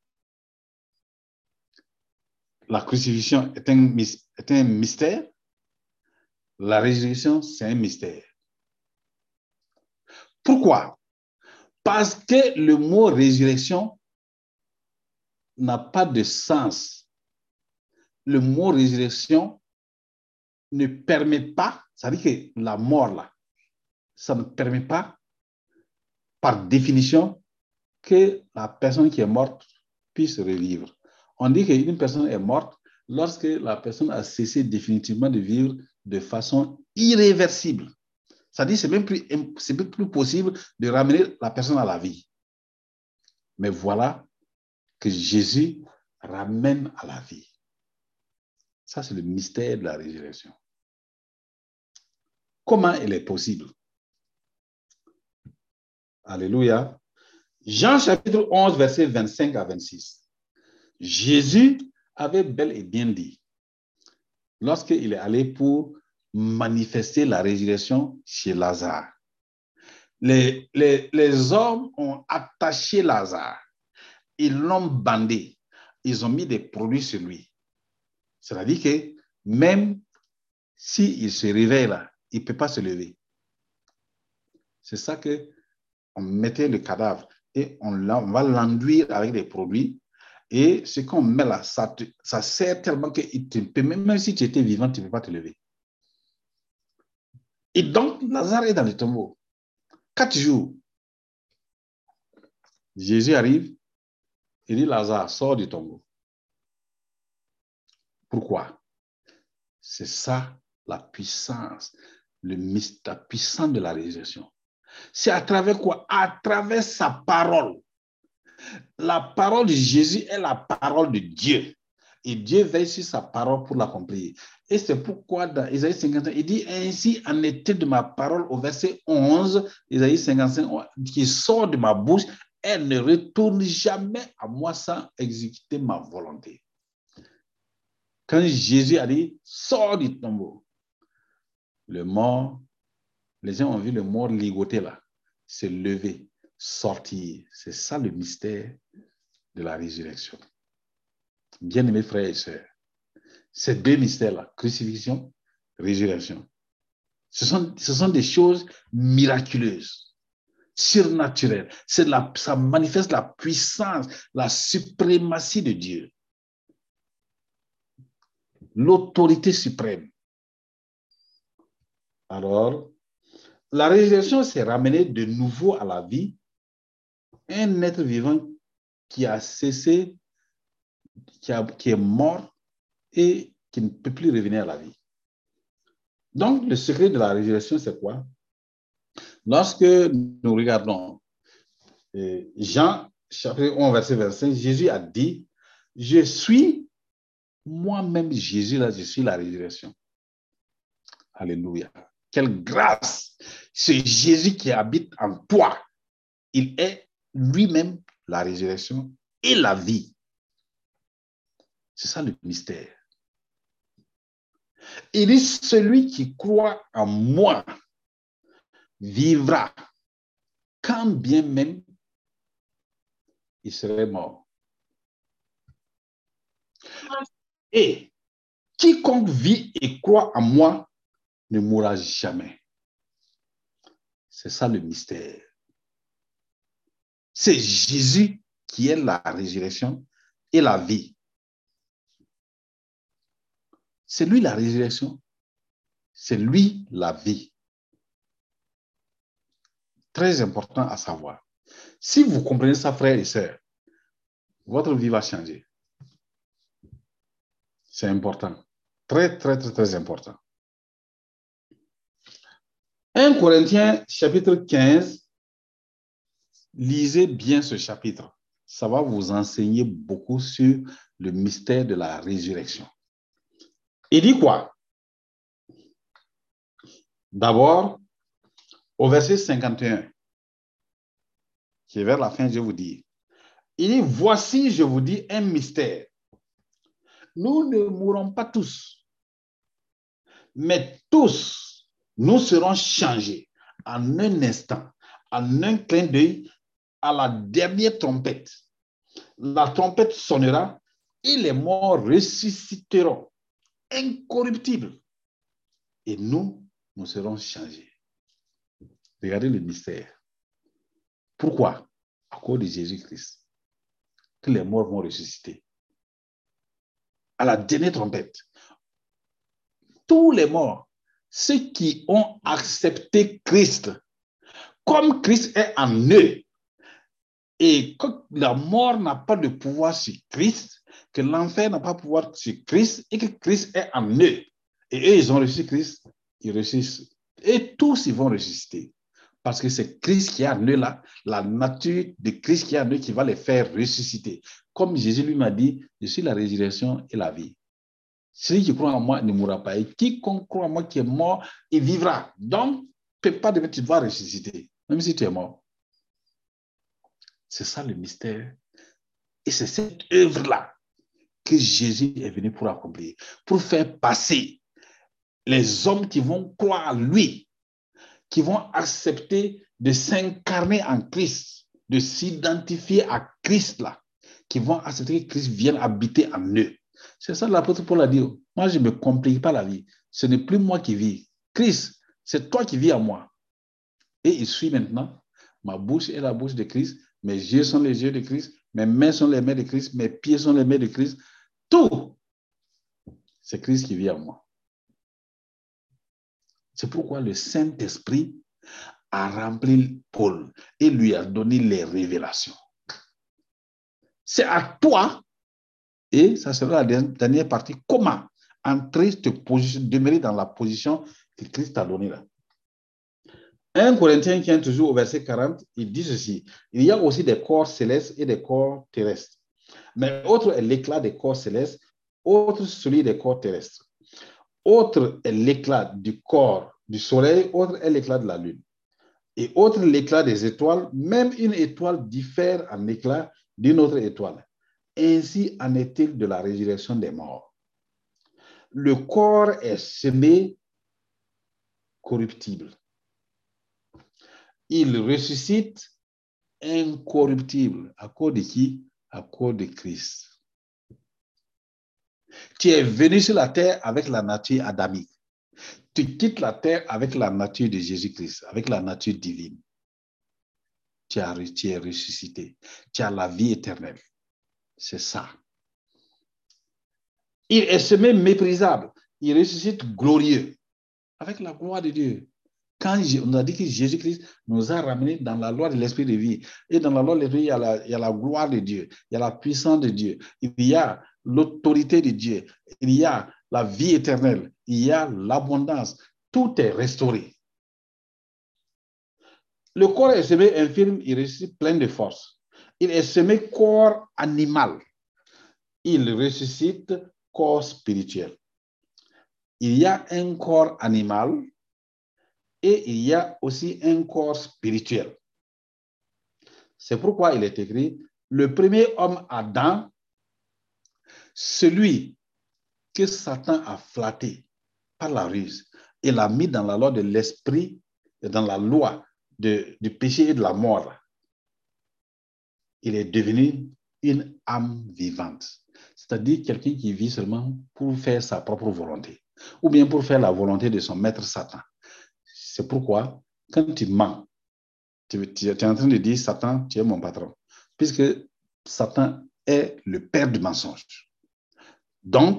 La crucifixion est un, est un mystère. La résurrection, c'est un mystère. Pourquoi? Parce que le mot résurrection n'a pas de sens. Le mot résurrection ne permet pas, ça veut dire que la mort, là, ça ne permet pas, par définition, que la personne qui est morte puisse revivre. On dit qu'une personne est morte lorsque la personne a cessé définitivement de vivre de façon irréversible. C'est-à-dire que c'est même plus, c'est même plus possible de ramener la personne à la vie. Mais voilà que Jésus ramène à la vie. Ça, c'est le mystère de la résurrection. Comment elle est possible? Alléluia. Jean chapitre onze, verset vingt-cinq à vingt-six. Jésus avait bel et bien dit, lorsqu'il est allé pour manifester la résurrection chez Lazare, les, les, les hommes ont attaché Lazare. Ils l'ont bandé. Ils ont mis des produits sur lui. C'est-à-dire que même s'il se réveille là, il ne peut pas se lever. C'est ça qu'on mettait le cadavre et on, on va l'enduire avec des produits. Et ce qu'on met là, ça, te, ça sert tellement que il te peut, même si tu étais vivant, tu ne peux pas te lever. Et donc, Lazare est dans le tombeau. Quatre jours. Jésus arrive, il dit, Lazare, sors du tombeau. Pourquoi? C'est ça la puissance, le mystère puissant de la résurrection. C'est à travers quoi? À travers sa parole. La parole de Jésus est la parole de Dieu. Et Dieu veille sur sa parole pour l'accomplir. Et c'est pourquoi dans Isaïe cinquante-cinq, il dit ainsi en était de ma parole au verset onze, Isaïe cinquante-cinq, qui sort de ma bouche, elle ne retourne jamais à moi sans exécuter ma volonté. Quand Jésus a dit, sors du tombeau, le mort, les gens ont vu le mort ligoté là, se lever, sortir. C'est ça le mystère de la résurrection. Bien-aimés frères et sœurs, ces deux mystères-là, crucifixion, résurrection, ce sont, ce sont des choses miraculeuses, surnaturelles. C'est la, ça manifeste la puissance, la suprématie de Dieu, l'autorité suprême. Alors, la résurrection, c'est ramener de nouveau à la vie un être vivant qui a cessé, qui, a, qui est mort et qui ne peut plus revenir à la vie. Donc, le secret de la résurrection, c'est quoi? Lorsque nous regardons euh, Jean, chapitre onze, verset vingt-cinq, Jésus a dit, je suis moi-même Jésus, là, je suis la résurrection. Alléluia. Quelle grâce! C'est Jésus qui habite en toi. Il est lui-même la résurrection et la vie. C'est ça le mystère. Il dit, celui qui croit en moi vivra, quand bien même il serait mort. Et quiconque vit et croit en moi ne mourra jamais. C'est ça le mystère. C'est Jésus qui est la résurrection et la vie. C'est lui la résurrection. C'est lui la vie. Très important à savoir. Si vous comprenez ça, frères et sœurs, votre vie va changer. C'est important. Très, très, très, très important. premier Corinthiens, chapitre quinze. Lisez bien ce chapitre. Ça va vous enseigner beaucoup sur le mystère de la résurrection. Il dit quoi? D'abord, au verset cinquante et un, qui est vers la fin, je vous dis. Il dit, voici, je vous dis, un mystère. Nous ne mourrons pas tous, mais tous, nous serons changés en un instant, en un clin d'œil, à la dernière trompette. La trompette sonnera et les morts ressusciteront, incorruptibles. Et nous, nous serons changés. Regardez le mystère. Pourquoi? À cause de Jésus-Christ. Que les morts vont ressusciter. À la dernière trompette. Tous les morts, ceux qui ont accepté Christ, comme Christ est en eux, et que la mort n'a pas de pouvoir sur Christ, que l'enfer n'a pas de pouvoir sur Christ, et que Christ est en eux. Et eux, ils ont reçu Christ, ils ressuscitent. Et tous, ils vont ressusciter. Parce que c'est Christ qui est en eux là, la nature de Christ qui est en eux qui va les faire ressusciter. Comme Jésus lui m'a dit, je suis la résurrection et la vie. Celui qui croit en moi ne mourra pas. Et quiconque croit en moi qui est mort, il vivra. Donc, tu ne peux pas devenir, tu vas ressusciter, même si tu es mort. C'est ça le mystère. Et c'est cette œuvre-là que Jésus est venu pour accomplir, pour faire passer les hommes qui vont croire en lui, qui vont accepter de s'incarner en Christ, de s'identifier à Christ là, qui vont accepter que Christ vienne habiter en eux. C'est ça l'apôtre Paul a dit. Moi, je ne me complique pas la vie. Ce n'est plus moi qui vis. Christ, c'est toi qui vis en moi. Et il suit maintenant. Ma bouche est la bouche de Christ. Mes yeux sont les yeux de Christ. Mes mains sont les mains de Christ. Mes pieds sont les mains de Christ. Tout, c'est Christ qui vit en moi. C'est pourquoi le Saint-Esprit a rempli Paul et lui a donné les révélations. C'est à toi, et ça sera la dernière partie, comment entrer, te positionner, demeurer dans la position que Christ t'a donnée là. un Corinthiens qui est toujours au verset quarante, il dit ceci: il y a aussi des corps célestes et des corps terrestres. Mais autre est l'éclat des corps célestes, autre celui des corps terrestres. Autre est l'éclat du corps du soleil, autre est l'éclat de la lune. Et autre l'éclat des étoiles, même une étoile diffère en éclat d'une autre étoile. Ainsi en est-il de la résurrection des morts. Le corps est semé corruptible. Il ressuscite incorruptible. À cause de qui? À cause de Christ. Tu es venu sur la terre avec la nature adamique. Tu quittes la terre avec la nature de Jésus-Christ, avec la nature divine. Tu, as, tu es ressuscité. Tu as la vie éternelle. C'est ça. Il est semé méprisable. Il ressuscite glorieux, avec la gloire de Dieu. Quand on a dit que Jésus-Christ nous a ramenés dans la loi de l'esprit de vie, et dans la loi de l'esprit, il y a la, il y a la gloire de Dieu, il y a la puissance de Dieu, il y a l'autorité de Dieu, il y a la vie éternelle, il y a l'abondance. Tout est restauré. Le corps est semé infirme, il ressuscite plein de force. Il est semé corps animal. Il ressuscite corps spirituel. Il y a un corps animal et il y a aussi un corps spirituel. C'est pourquoi il est écrit, le premier homme Adam, celui que Satan a flatté par la ruse et l'a mis dans la loi de l'esprit et dans la loi de, du péché et de la mort, il est devenu une âme vivante. C'est-à-dire quelqu'un qui vit seulement pour faire sa propre volonté ou bien pour faire la volonté de son maître Satan. C'est pourquoi, quand tu mens, tu, tu es en train de dire, Satan, tu es mon patron, puisque Satan est le père du mensonge. Donc,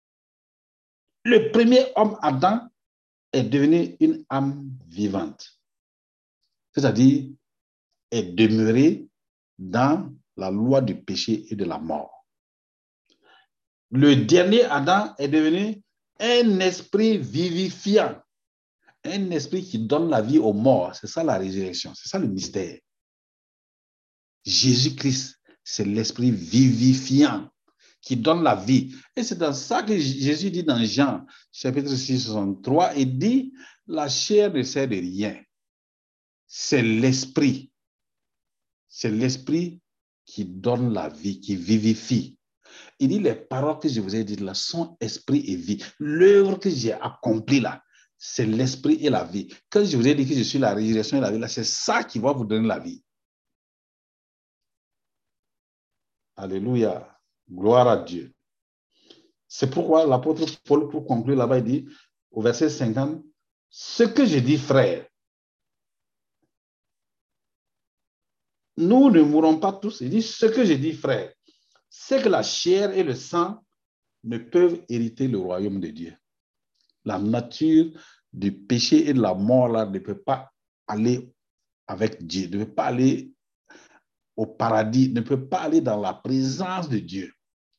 le premier homme, Adam, est devenu une âme vivante, c'est-à-dire est demeuré dans la loi du péché et de la mort. Le dernier Adam est devenu un esprit vivifiant, un esprit qui donne la vie aux morts. C'est ça la résurrection, c'est ça le mystère. Jésus-Christ, c'est l'esprit vivifiant qui donne la vie. Et c'est dans ça que Jésus dit dans Jean, chapitre six, soixante-trois, il dit, la chair ne sert de rien. C'est l'esprit. C'est l'esprit qui donne la vie, qui vivifie. Il dit, les paroles que je vous ai dites là sont esprit et vie. L'œuvre que j'ai accomplie là, c'est l'esprit et la vie. Quand je vous ai dit que je suis la résurrection et la vie, là, c'est ça qui va vous donner la vie. Alléluia. Gloire à Dieu. C'est pourquoi l'apôtre Paul, pour conclure là-bas, il dit, au verset cinquante, ce que je dis, frère, nous ne mourrons pas tous. Il dit, ce que je dis, frère, c'est que la chair et le sang ne peuvent hériter le royaume de Dieu. La nature du péché et de la mort là ne peut pas aller avec Dieu, ne peut pas aller au paradis, ne peut pas aller dans la présence de Dieu.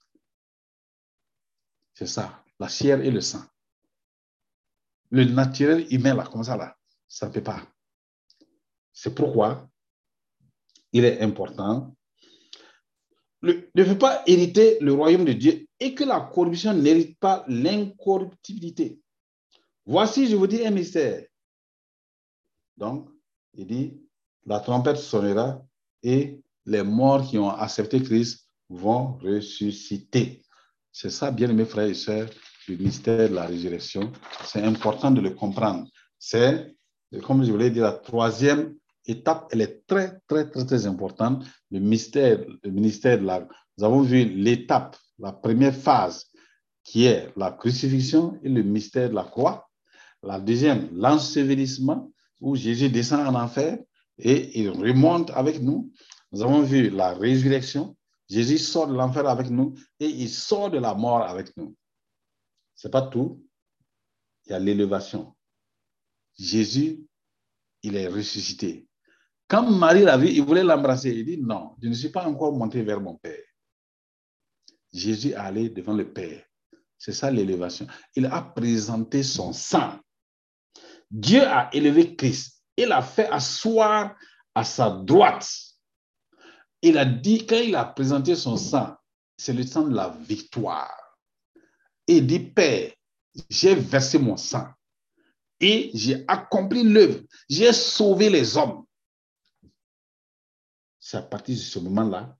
C'est ça, la chair et le sang. Le naturel humain là, comme ça là, ça ne peut pas. C'est pourquoi il est important le, ne peut pas hériter le royaume de Dieu et que la corruption n'hérite pas l'incorruptibilité. Voici, je vous dis un mystère. Donc, il dit, la trompette sonnera et les morts qui ont accepté Christ vont ressusciter. C'est ça, bien aimés frères et sœurs, le mystère de la résurrection. C'est important de le comprendre. C'est, comme je vous l'ai dit, la troisième étape, elle est très, très, très, très importante. Le mystère, le ministère de la... Nous avons vu l'étape, la première phase, qui est la crucifixion et le mystère de la croix. La deuxième, l'ensevelissement, où Jésus descend en enfer et il remonte avec nous. Nous avons vu la résurrection. Jésus sort de l'enfer avec nous et il sort de la mort avec nous. Ce n'est pas tout. Il y a l'élévation. Jésus, il est ressuscité. Quand Marie l'a vu, il voulait l'embrasser. Il dit, non, je ne suis pas encore monté vers mon Père. Jésus est allé devant le Père. C'est ça l'élévation. Il a présenté son sang. Dieu a élevé Christ. Il l'a fait asseoir à sa droite. Il a dit, quand il a présenté son sang, c'est le sang de la victoire. Et il dit, Père, j'ai versé mon sang et j'ai accompli l'œuvre. J'ai sauvé les hommes. C'est à partir de ce moment-là,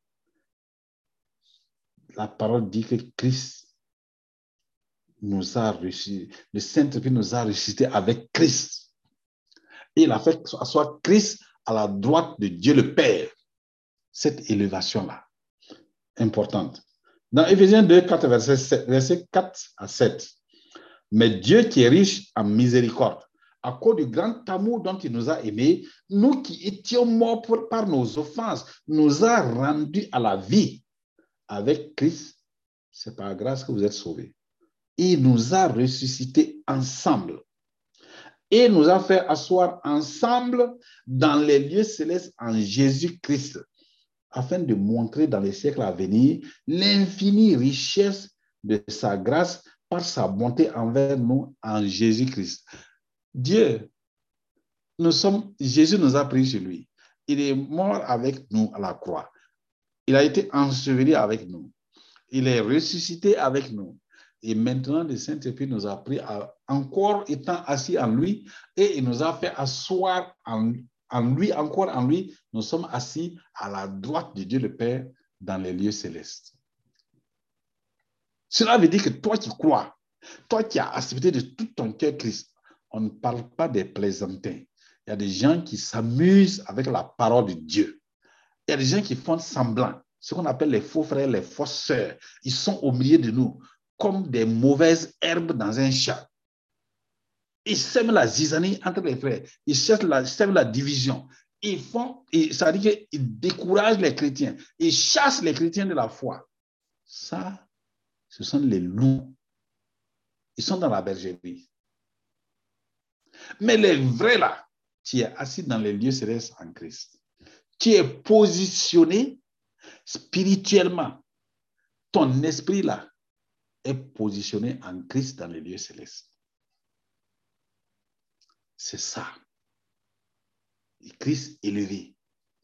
la parole dit que Christ nous a reçus, le Saint-Esprit nous a ressuscités avec Christ. Et il a fait asseoir Christ à la droite de Dieu le Père. Cette élévation-là, importante. Dans Éphésiens deux, quatre, versets quatre à sept, mais Dieu qui est riche en miséricorde, à cause du grand amour dont il nous a aimés, nous qui étions morts par nos offenses, nous a rendus à la vie. Avec Christ, c'est par grâce que vous êtes sauvés. Il nous a ressuscités ensemble et nous a fait asseoir ensemble dans les lieux célestes en Jésus-Christ, afin de montrer dans les siècles à venir l'infinie richesse de sa grâce par sa bonté envers nous en Jésus-Christ. Dieu, nous sommes, Jésus nous a pris chez lui. Il est mort avec nous à la croix. Il a été enseveli avec nous. Il est ressuscité avec nous. Et maintenant, le Saint-Esprit nous a pris à, encore étant assis en lui, et il nous a fait asseoir en, en lui, encore en lui. Nous sommes assis à la droite de Dieu le Père dans les lieux célestes. Cela veut dire que toi qui crois, toi qui as accepté de tout ton cœur Christ, on ne parle pas des plaisantins. Il y a des gens qui s'amusent avec la parole de Dieu. Il y a des gens qui font semblant, ce qu'on appelle les faux frères, les fausses sœurs. Ils sont au milieu de nous, comme des mauvaises herbes dans un champ. Ils sèment la zizanie entre les frères. Ils sèment la, sèment la division. Ils font, et ça veut dire qu'ils découragent les chrétiens. Ils chassent les chrétiens de la foi. Ça, ce sont les loups. Ils sont dans la bergerie. Mais les vrais là, tu es assis dans les lieux célestes en Christ. Tu es positionné spirituellement. Ton esprit là est positionné en Christ dans les lieux célestes. C'est ça. Et Christ élevé.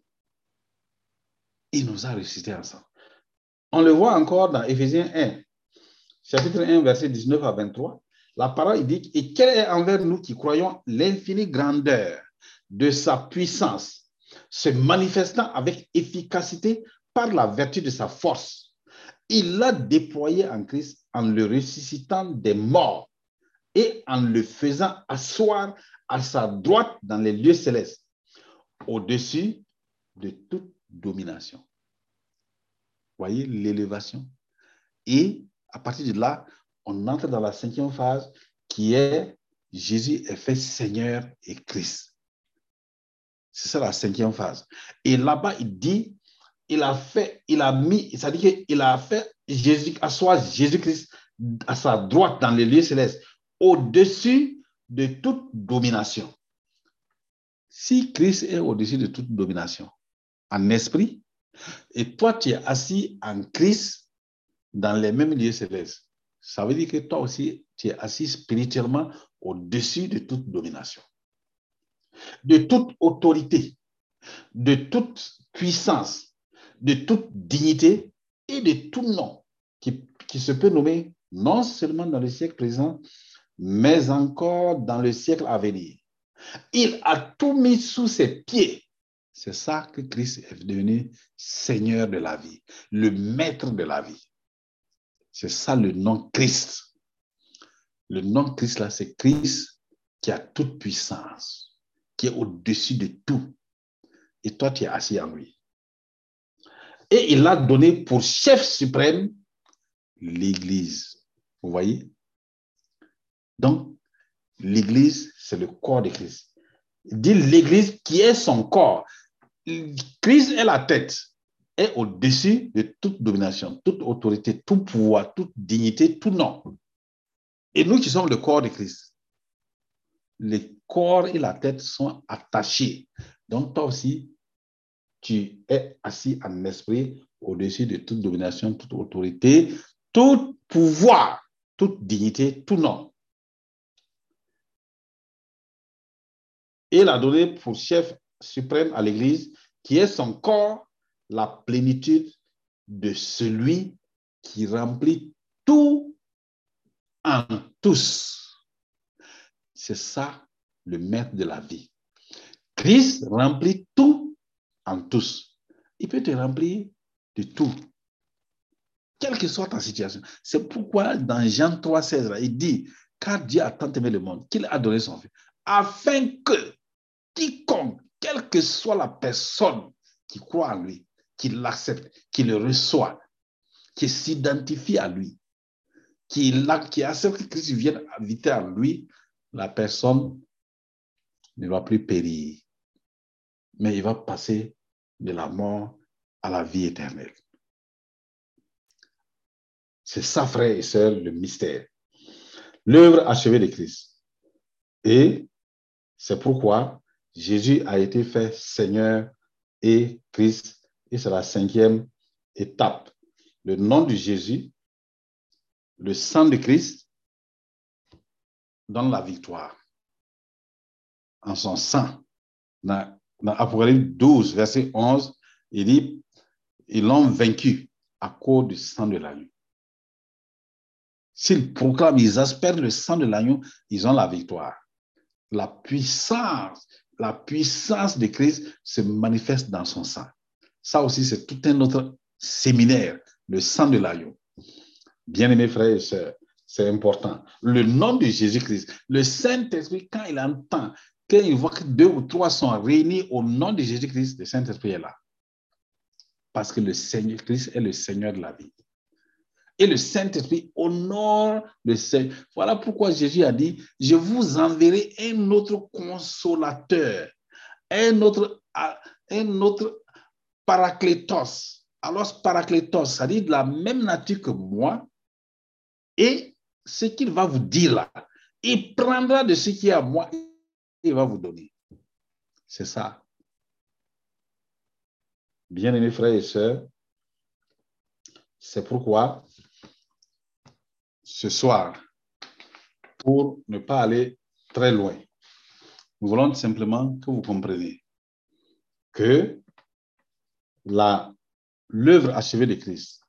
Il nous a ressuscités ensemble. On le voit encore dans Éphésiens un, chapitre un, verset dix-neuf à vingt-trois. La parole dit, et quelle est envers nous qui croyons l'infinie grandeur de sa puissance, se manifestant avec efficacité par la vertu de sa force. Il l'a déployé en Christ en le ressuscitant des morts et en le faisant asseoir à sa droite dans les lieux célestes, au-dessus de toute domination. Voyez l'élévation. Et à partir de là, on entre dans la cinquième phase qui est Jésus est fait Seigneur et Christ. C'est ça la cinquième phase. Et là-bas, il dit, il a fait, il a mis, c'est-à-dire qu'il a fait Jésus, asseoir Jésus-Christ à sa droite dans les lieux célestes, au-dessus de toute domination. Si Christ est au-dessus de toute domination, en esprit, et toi tu es assis en Christ dans les mêmes lieux célestes, ça veut dire que toi aussi tu es assis spirituellement au-dessus de toute domination, de toute autorité, de toute puissance, de toute dignité et de tout nom qui, qui se peut nommer non seulement dans le siècle présent, mais encore dans le siècle à venir. Il a tout mis sous ses pieds. C'est ça que Christ est devenu Seigneur de la vie, le maître de la vie. C'est ça le nom Christ. Le nom Christ là, c'est Christ qui a toute puissance. qui est au-dessus de tout. Et toi, tu es assis en lui. Et il a donné pour chef suprême l'Église. Vous voyez? Donc, l'Église, c'est le corps de Christ. Il dit l'Église qui est son corps. Christ est la tête, est au-dessus de toute domination, toute autorité, tout pouvoir, toute dignité, tout nom. Et nous qui sommes le corps de Christ, le corps et la tête sont attachés. Donc, toi aussi, tu es assis en esprit au-dessus de toute domination, toute autorité, tout pouvoir, toute dignité, tout nom. Et il a donné pour chef suprême à l'Église, qui est son corps, la plénitude de celui qui remplit tout en tous. C'est ça le maître de la vie. Christ remplit tout en tous. Il peut te remplir de tout, quelle que soit ta situation. C'est pourquoi dans Jean trois, seize, il dit, car Dieu a tant aimé le monde qu'il a donné son Fils, afin que quiconque, quelle que soit la personne qui croit en lui, qui l'accepte, qui le reçoit, qui s'identifie à lui, qui, qui accepte que Christ vienne habiter en lui, la personne ne va plus périr, mais il va passer de la mort à la vie éternelle. C'est ça, frères et sœurs, le mystère. L'œuvre achevée de Christ. Et c'est pourquoi Jésus a été fait Seigneur et Christ. Et c'est la cinquième étape. Le nom de Jésus, le sang de Christ, donne la victoire. En son sang. Dans, dans Apocalypse douze, verset onze, il dit, ils l'ont vaincu à cause du sang de l'agneau. S'ils proclament, ils aspergent le sang de l'agneau, ils ont la victoire. La puissance, la puissance de Christ se manifeste dans son sang. Ça aussi, c'est tout un autre séminaire, le sang de l'agneau. Bien-aimés frères et sœurs, c'est important. Le nom de Jésus-Christ, le Saint-Esprit, quand il entend, quand il voit que deux ou trois sont réunis au nom de Jésus-Christ, le Saint-Esprit est là. Parce que le Seigneur Christ est le Seigneur de la vie. Et le Saint-Esprit honore le Seigneur. Voilà pourquoi Jésus a dit, je vous enverrai un autre consolateur, un autre, un autre paraclétos. Alors, paraclétos, ça dit de la même nature que moi, et ce qu'il va vous dire là, il prendra de ce qui est à moi, et il va vous donner. C'est ça. Bien-aimés frères et sœurs, c'est pourquoi ce soir, pour ne pas aller très loin, nous voulons simplement que vous compreniez que la, l'œuvre achevée de Christ,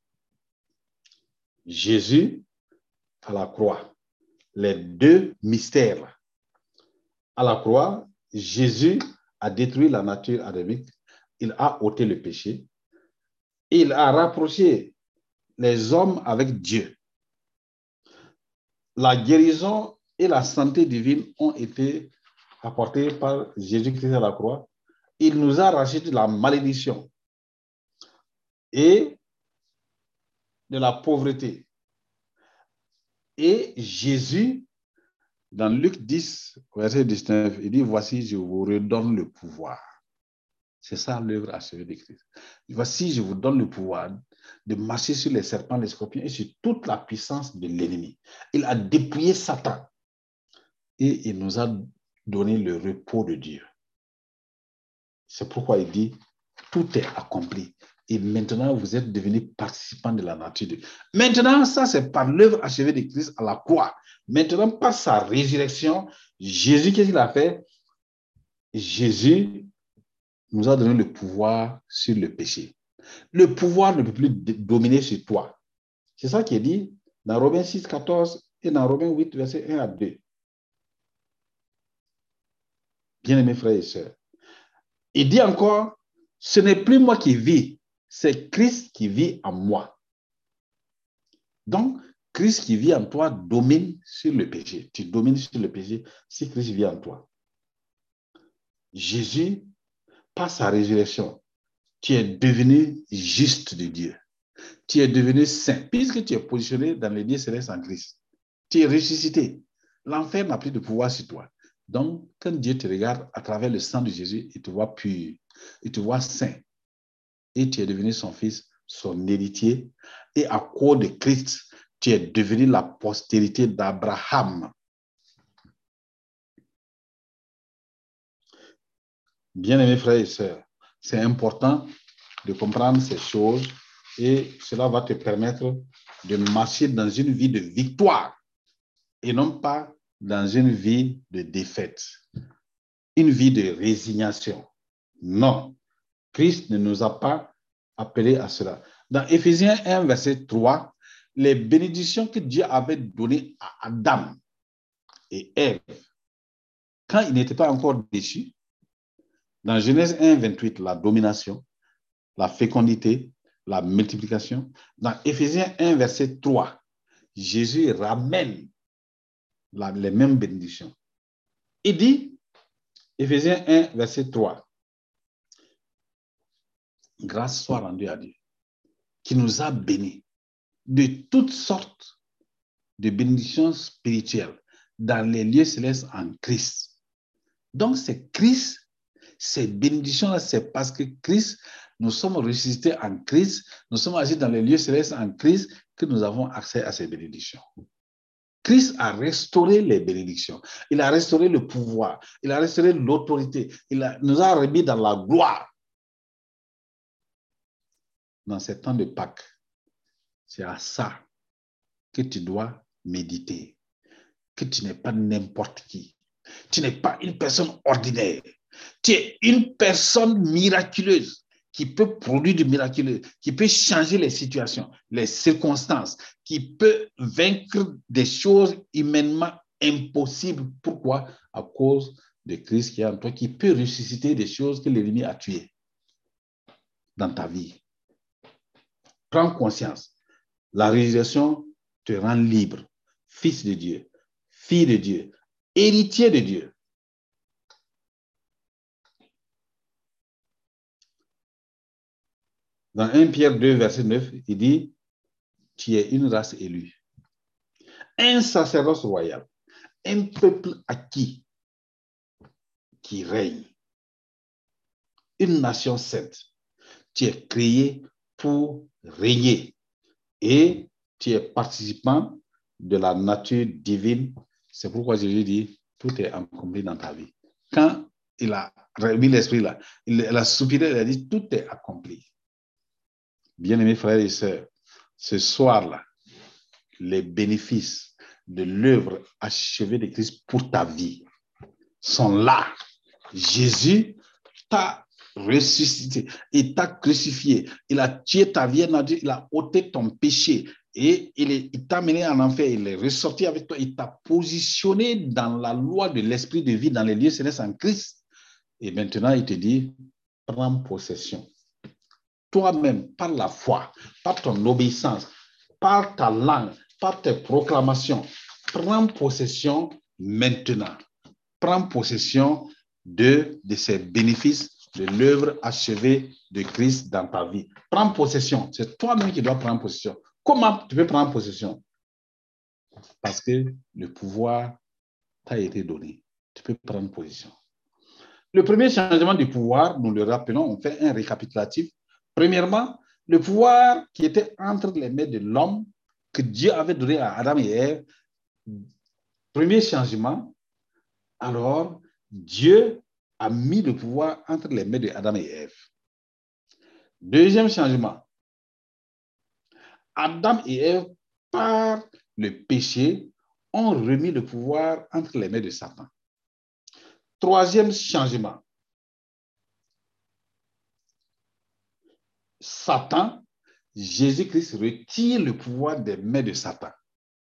Jésus à la croix, les deux mystères. À la croix, Jésus a détruit la nature adamique, il a ôté le péché, il a rapproché les hommes avec Dieu. La guérison et la santé divine ont été apportées par Jésus-Christ à la croix. Il nous a racheté de la malédiction et de la pauvreté. Et Jésus, dans Luc dix, verset dix-neuf, il dit, voici, je vous redonne le pouvoir. C'est ça l'œuvre achevée de Christ. Voici, je vous donne le pouvoir de marcher sur les serpents, les scorpions et sur toute la puissance de l'ennemi. Il a dépouillé Satan et il nous a donné le repos de Dieu. C'est pourquoi il dit, tout est accompli. Et maintenant, vous êtes devenus participants de la nature de Dieu. Maintenant, ça, c'est par l'œuvre achevée de Christ à la croix. Maintenant, par sa résurrection, Jésus, qu'est-ce qu'il a fait? Jésus nous a donné le pouvoir sur le péché. Le pouvoir ne peut plus dominer sur toi. C'est ça qui est dit dans Romains six, quatorze et dans Romains huit, verset un à deux. Bien-aimés frères et sœurs, il dit encore, ce n'est plus moi qui vis, c'est Christ qui vit en moi. Donc, Christ qui vit en toi domine sur le péché. Tu domines sur le péché si Christ vit en toi. Jésus, par sa résurrection, tu es devenu juste de Dieu. Tu es devenu saint, puisque tu es positionné dans les lieux célestes en Christ. Tu es ressuscité. L'enfer n'a plus de pouvoir sur toi. Donc, quand Dieu te regarde à travers le sang de Jésus, il te voit pur, il te voit saint. Et tu es devenu son fils, son héritier. Et à cause de Christ, tu es devenu la postérité d'Abraham. Bien-aimés frères et sœurs, c'est important de comprendre ces choses et cela va te permettre de marcher dans une vie de victoire et non pas dans une vie de défaite, une vie de résignation. Non, Christ ne nous a pas appelés à cela. Dans Éphésiens un, verset trois, les bénédictions que Dieu avait données à Adam et Ève, quand ils n'étaient pas encore déchus, dans Genèse un, vingt-huit, la domination, la fécondité, la multiplication. Dans Éphésiens un, verset trois, Jésus ramène la, les mêmes bénédictions. Il dit, Éphésiens un, verset trois, grâce soit rendue à Dieu, qui nous a bénis de toutes sortes de bénédictions spirituelles dans les lieux célestes en Christ. Donc, c'est Christ, ces bénédictions-là, c'est parce que Christ, nous sommes ressuscités en Christ, nous sommes assis dans les lieux célestes en Christ, que nous avons accès à ces bénédictions. Christ a restauré les bénédictions, il a restauré le pouvoir, il a restauré l'autorité, il a, nous a remis dans la gloire. Dans ces temps de Pâques, c'est à ça que tu dois méditer, que tu n'es pas n'importe qui, tu n'es pas une personne ordinaire, tu es une personne miraculeuse qui peut produire du miraculeux, qui peut changer les situations, les circonstances, qui peut vaincre des choses humainement impossibles. Pourquoi? À cause de Christ qui est en toi, qui peut ressusciter des choses que l'ennemi a tuées dans ta vie. Prends conscience. La résurrection te rend libre, fils de Dieu, fille de Dieu, héritier de Dieu. Dans premier Pierre deux, verset neuf, il dit, tu es une race élue, un sacerdoce royal, un peuple acquis qui règne, une nation sainte. Tu es créé pour régner et tu es participant de la nature divine. C'est pourquoi Jésus dit, tout est accompli dans ta vie. Quand il a remis l'esprit là, il a soupiré, il a dit, tout est accompli. Bien-aimés frères et sœurs, ce soir-là, les bénéfices de l'œuvre achevée de Christ pour ta vie sont là. Jésus t'a ressuscité, il t'a crucifié, il a tué ta vieille nature, il a ôté ton péché et il, est, il t'a mené en enfer, il est ressorti avec toi, il t'a positionné dans la loi de l'esprit de vie dans les lieux célestes en Christ. Et maintenant, il te dit, prends possession. Toi-même, par la foi, par ton obéissance, par ta langue, par tes proclamations, prends possession maintenant. Prends possession de, de ces bénéfices de l'œuvre achevée de Christ dans ta vie. Prends possession. C'est toi-même qui dois prendre possession. Comment tu peux prendre possession? Parce que le pouvoir t'a été donné. Tu peux prendre position. Le premier changement du pouvoir, nous le rappelons, on fait un récapitulatif. Premièrement, le pouvoir qui était entre les mains de l'homme que Dieu avait donné à Adam et Ève. Premier changement, alors Dieu a mis le pouvoir entre les mains de Adam et Ève. Deuxième changement, Adam et Ève, par le péché, ont remis le pouvoir entre les mains de Satan. Troisième changement, Satan, Jésus-Christ retire le pouvoir des mains de Satan.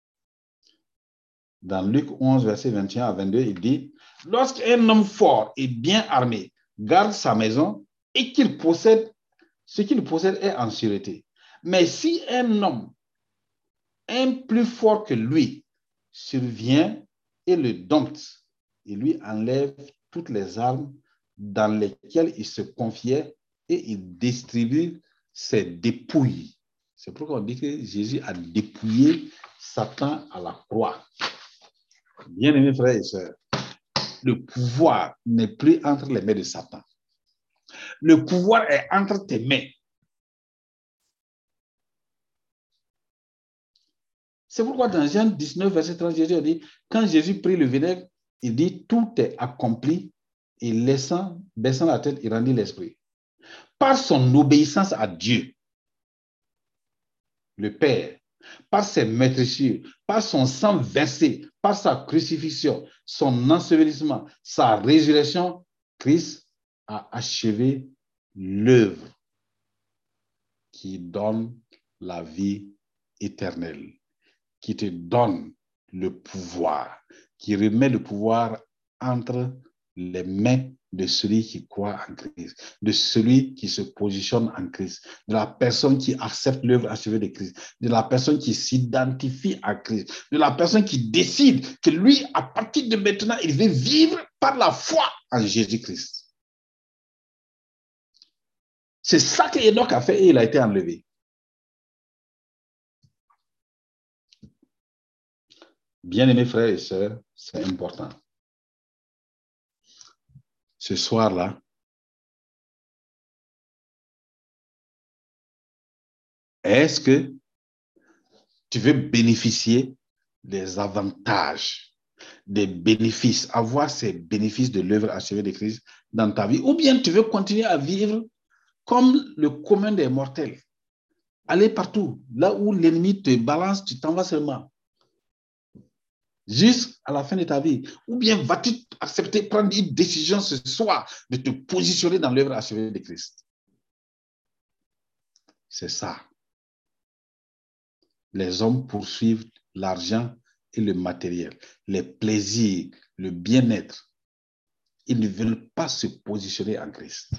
Dans Luc onze, verset vingt et un à vingt-deux, il dit, lorsqu'un homme fort et bien armé garde sa maison et qu'il possède, ce qu'il possède est en sûreté. Mais si un homme, un plus fort que lui, survient et le dompte, il lui enlève toutes les armes dans lesquels il se confiait et il distribue ses dépouilles. C'est pourquoi on dit que Jésus a dépouillé Satan à la croix. Bien-aimés frères et sœurs, le pouvoir n'est plus entre les mains de Satan. Le pouvoir est entre tes mains. C'est pourquoi dans Jean dix-neuf, verset trente, Jésus a dit, quand Jésus prit le vinaigre, il dit, tout est accompli, et laissant, baissant la tête, il rendit l'esprit. Par son obéissance à Dieu, le Père, par ses meurtrissures, par son sang versé, par sa crucifixion, son ensevelissement, sa résurrection, Christ a achevé l'œuvre qui donne la vie éternelle, qui te donne le pouvoir, qui remet le pouvoir entre les mains de celui qui croit en Christ, de celui qui se positionne en Christ, de la personne qui accepte l'œuvre achevée de Christ, de la personne qui s'identifie à Christ, de la personne qui décide que lui, à partir de maintenant, il veut vivre par la foi en Jésus-Christ. C'est ça que Enoch a fait et il a été enlevé. Bien-aimés frères et sœurs, c'est important. Ce soir-là, est-ce que tu veux bénéficier des avantages, des bénéfices, avoir ces bénéfices de l'œuvre achevée de Christ dans ta vie, ou bien tu veux continuer à vivre comme le commun des mortels, aller partout, là où l'ennemi te balance, tu t'en vas seulement, jusqu'à la fin de ta vie, ou bien vas-tu accepter, prendre une décision ce soir de te positionner dans l'œuvre achevée de Christ? C'est ça. Les hommes poursuivent l'argent et le matériel, les plaisirs, le bien-être. Ils ne veulent pas se positionner en Christ.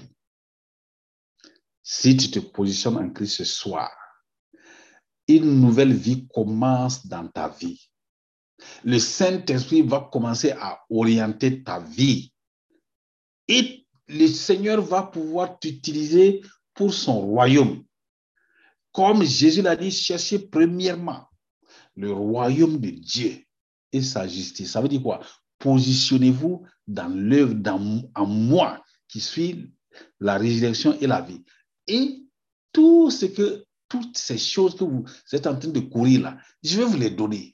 Si tu te positionnes en Christ ce soir, une nouvelle vie commence dans ta vie. Le Saint-Esprit va commencer à orienter ta vie. Et le Seigneur va pouvoir t'utiliser pour son royaume. Comme Jésus l'a dit, cherchez premièrement le royaume de Dieu et sa justice. Ça veut dire quoi? Positionnez-vous dans l'œuvre, dans, en moi, qui suis la résurrection et la vie. Et tout ce que, toutes ces choses que vous êtes en train de courir là, je vais vous les donner.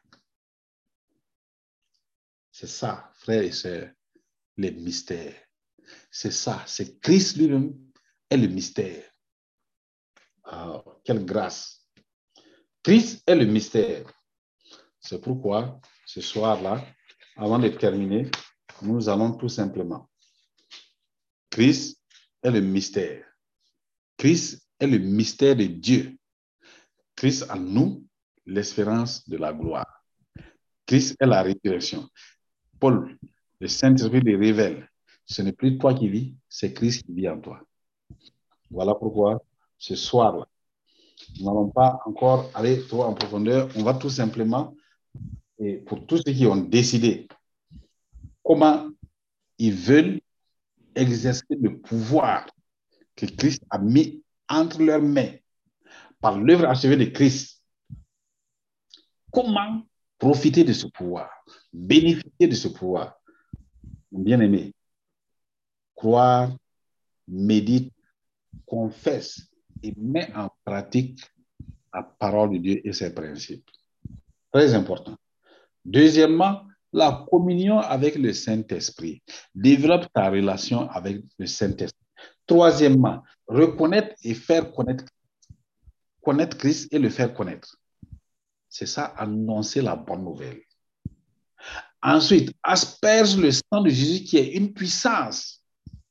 C'est ça, frères et sœurs, les mystères. C'est ça, c'est Christ lui-même est le mystère. Oh, quelle grâce. Christ est le mystère. C'est pourquoi, ce soir-là, avant de terminer, nous allons tout simplement. Christ est le mystère. Christ est le mystère de Dieu. Christ en nous, l'espérance de la gloire. Christ est la résurrection. Paul, le Saint-Esprit le révèle. Ce n'est plus toi qui vis, c'est Christ qui vit en toi. Voilà pourquoi, ce soir-là, nous n'allons pas encore aller trop en profondeur. On va tout simplement, et pour tous ceux qui ont décidé comment ils veulent exercer le pouvoir que Christ a mis entre leurs mains par l'œuvre achevée de Christ, comment profiter de ce pouvoir, bénéficier de ce pouvoir? Bien-aimé, croire, médite, confesse et met en pratique la parole de Dieu et ses principes. Très important. Deuxièmement, la communion avec le Saint-Esprit. Développe ta relation avec le Saint-Esprit. Troisièmement, reconnaître et faire connaître, connaître Christ et le faire connaître. C'est ça, annoncer la bonne nouvelle. Ensuite, asperge le sang de Jésus qui est une puissance.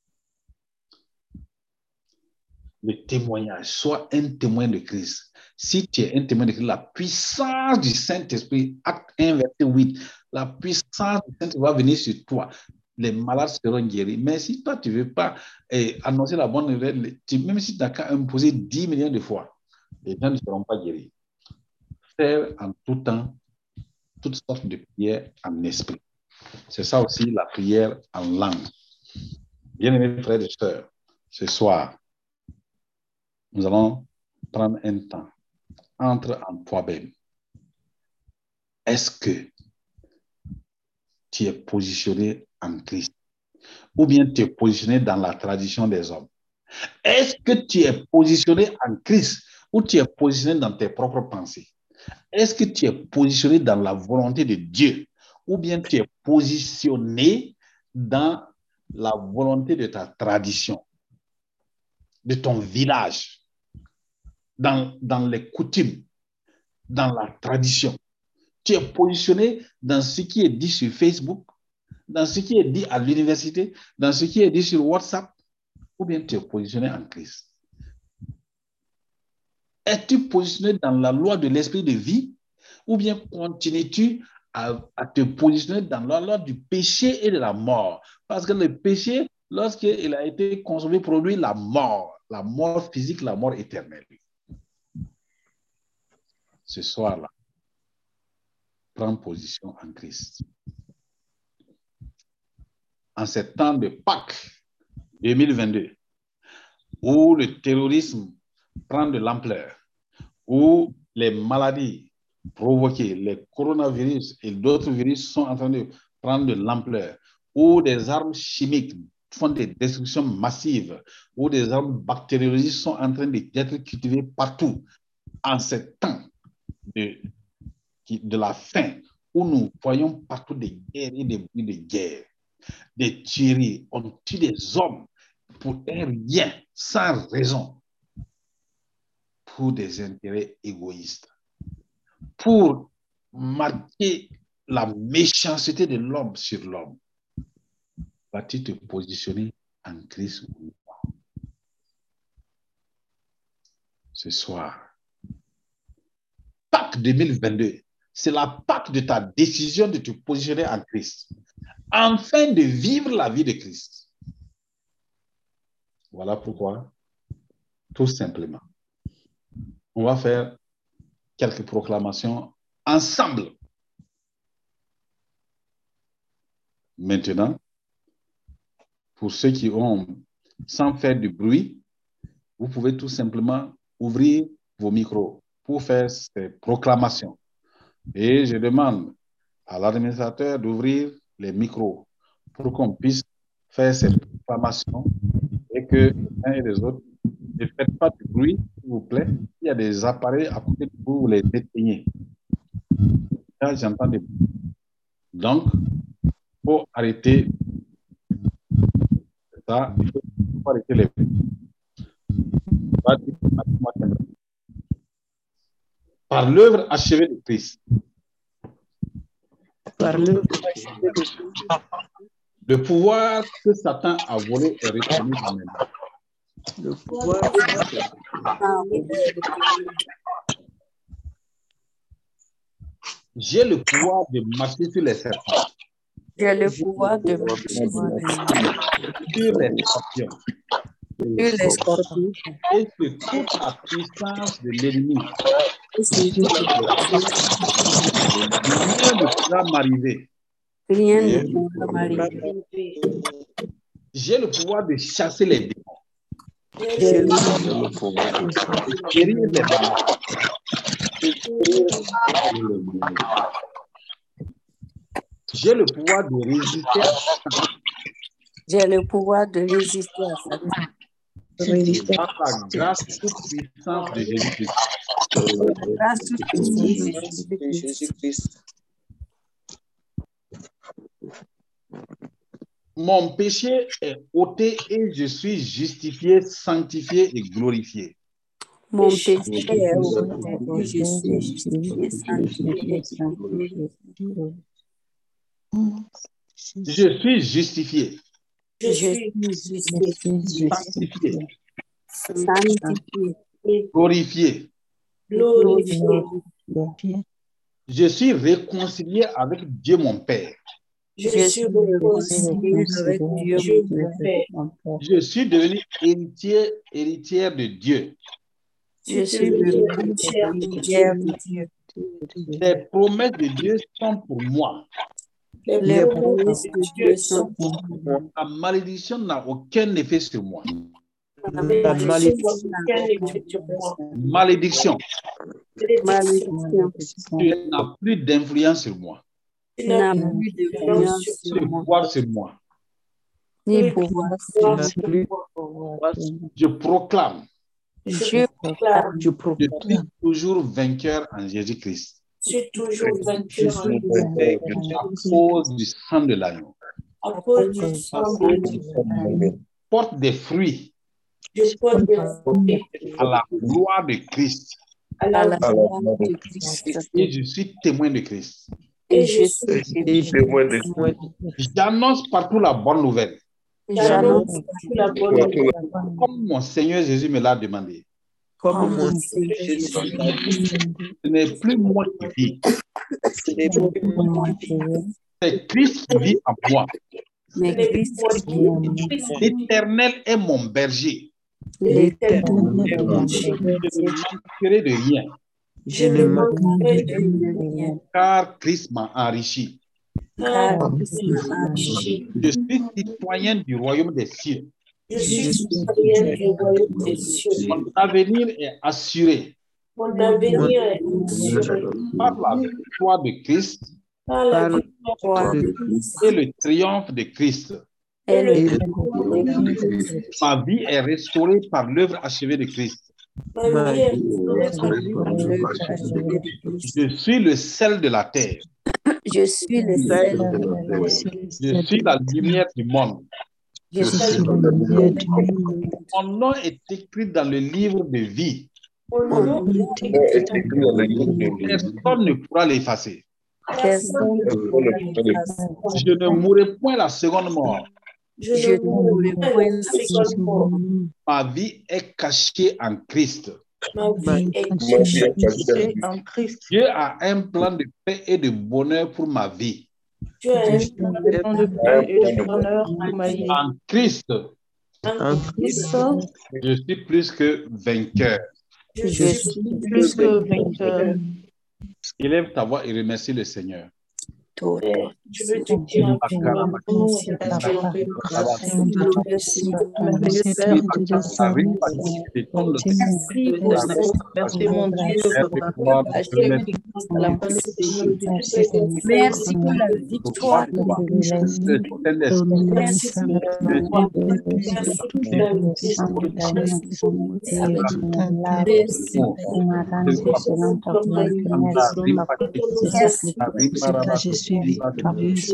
Le témoignage, sois un témoin de Christ. Si tu es un témoin de Christ, la puissance du Saint-Esprit, acte un, verset huit, la puissance du Saint-Esprit va venir sur toi. Les malades seront guéris. Mais si toi, tu ne veux pas eh, annoncer la bonne nouvelle, tu, même si tu as qu'à imposer dix millions de fois, les gens ne seront pas guéris. Faire en tout temps toutes sortes de prières en esprit. C'est ça aussi la prière en langue. Bien-aimés frères et sœurs, ce soir, nous allons prendre un temps. Entre en toi-même. Est-ce que tu es positionné en Christ? Ou bien tu es positionné dans la tradition des hommes? Est-ce que tu es positionné en Christ ou tu es positionné dans tes propres pensées? Est-ce que tu es positionné dans la volonté de Dieu ou bien tu es positionné dans la volonté de ta tradition, de ton village, dans, dans les coutumes, dans la tradition? Tu es positionné dans ce qui est dit sur Facebook, dans ce qui est dit à l'université, dans ce qui est dit sur WhatsApp, ou bien tu es positionné en Christ? Es-tu positionné dans la loi de l'esprit de vie, ou bien continues-tu à, à te positionner dans la loi du péché et de la mort? Parce que le péché, lorsqu'il a été consommé, produit la mort, la mort physique, la mort éternelle. Ce soir-là, prends position en Christ. En ces temps de Pâques deux mille vingt-deux, où le terrorisme prend de l'ampleur, où les maladies provoquées, les coronavirus et d'autres virus sont en train de prendre de l'ampleur, où des armes chimiques font des destructions massives, où des armes bactériologiques sont en train d'être cultivées partout, en ces temps de, de la faim, où nous voyons partout des guerres et des bruits de guerre, des tueries, on tue des hommes pour un rien, sans raison, pour des intérêts égoïstes, pour marquer la méchanceté de l'homme sur l'homme. Vas-tu te positionner en Christ ou pas? Ce soir, Pâques deux mille vingt-deux, c'est la Pâques de ta décision de te positionner en Christ, afin de vivre la vie de Christ. Voilà pourquoi, tout simplement, on va faire quelques proclamations ensemble. Maintenant, pour ceux qui ont, sans faire du bruit, vous pouvez tout simplement ouvrir vos micros pour faire ces proclamations. Et je demande à l'administrateur d'ouvrir les micros pour qu'on puisse faire ces proclamations et que les uns et les autres ne faites pas de bruit, s'il vous plaît. Il y a des appareils à côté de vous, vous les éteignez. Là, j'entends des bruits. Donc, il faut arrêter ça, il faut arrêter les bruits. Par l'œuvre achevée de Christ, Par l'œuvre achevée de Christ, le pouvoir que Satan a volé est retourné dans mes mains. le pouvoir J'ai le pouvoir de marcher sur les serpents. J'ai le pouvoir de marcher sur les scorpions. sur les scorpions Et sur toute la puissance de l'ennemi. Rien ne pourra m'arriver. Rien ne pourra m'arriver. J'ai le pouvoir de chasser les démons. J'ai le pouvoir De guérir les malades. J'ai le pouvoir de résister à Satan. J'ai le pouvoir de résister à Satan. Par la grâce toute puissance de Jésus-Christ. Grâce toute puissance de Jésus-Christ. Mon péché est ôté et je suis justifié, sanctifié et glorifié. Mon péché est ôté et je suis justifié, sanctifié et glorifié. Je suis justifié. Je suis justifié, Sanctifié. sanctifié, Glorifié. glorifié. Je suis réconcilié avec Dieu mon Père. Je suis réconcilié avec Dieu mon Père. Je suis devenu héritier, héritière de Dieu. Je suis devenu héritière de Dieu. Les promesses de Dieu sont pour moi. Les promesses de Dieu sont pour moi. La malédiction n'a aucun effet sur moi. La malédiction n'a aucun effet sur moi. Malédiction, Malédiction tu n'as plus d'influence sur moi. n'a plus d'influence sur Plus de moi. pouvoir sur moi. Ni pouvoir sur moi. Je proclame, Je proclame. Je je proclame. suis toujours vainqueur en Jésus-Christ. Je suis toujours vainqueur en À cause du sang de l'agneau. à cause du sang de Dieu. Porte des fruits Je porte des fruits à la gloire de Christ. à la gloire de Christ. Et je suis témoin de Christ. Et je suis témoin de J'annonce partout la bonne nouvelle. J'annonce la bonne nouvelle. Comme mon Seigneur Jésus me l'a demandé. Comme mon Seigneur Jésus. Ce n'est plus moi qui vis. Ce n'est plus moi qui vis, C'est Christ qui vit en moi. mais Christ qui vit. L'Éternel est mon berger. L'Éternel est Je mon ne berger. manquerai de rien, Je ne manquerai de rien, car Christ m'a enrichi. car Christ m'a enrichi. Je suis citoyen du royaume des cieux. Je suis citoyen du royaume des cieux. Mon avenir est assuré Mon avenir est assuré par la victoire de Christ par la victoire de Christ et le triomphe de Christ. et le triomphe de Christ. Ma vie est restaurée par l'œuvre achevée de Christ. Ma vie est restaurée par l'œuvre achevée de Christ. Je suis le sel de la terre. Je suis le sel de la terre. Je suis la lumière du monde. Je suis le lumière du monde. Mon nom est écrit dans le livre de vie. Mon nom est écrit dans le livre de vie. Personne ne pourra l'effacer. Personne ne pourra l'effacer. Je ne mourrai point la seconde mort. Je ne mourrai point la seconde mort. Ma vie est cachée en Christ. Ma vie est cachée en Christ. Dieu a un plan de paix et de bonheur pour ma vie. Dieu a un plan de paix et de bonheur pour ma vie. En Christ, En Christ, je suis plus que vainqueur. je suis plus que vainqueur. Élève ta voix et remercie le Seigneur. Je veux te dire merci mon Dieu. Merci pour la victoire. Je suis victorieux. Je suis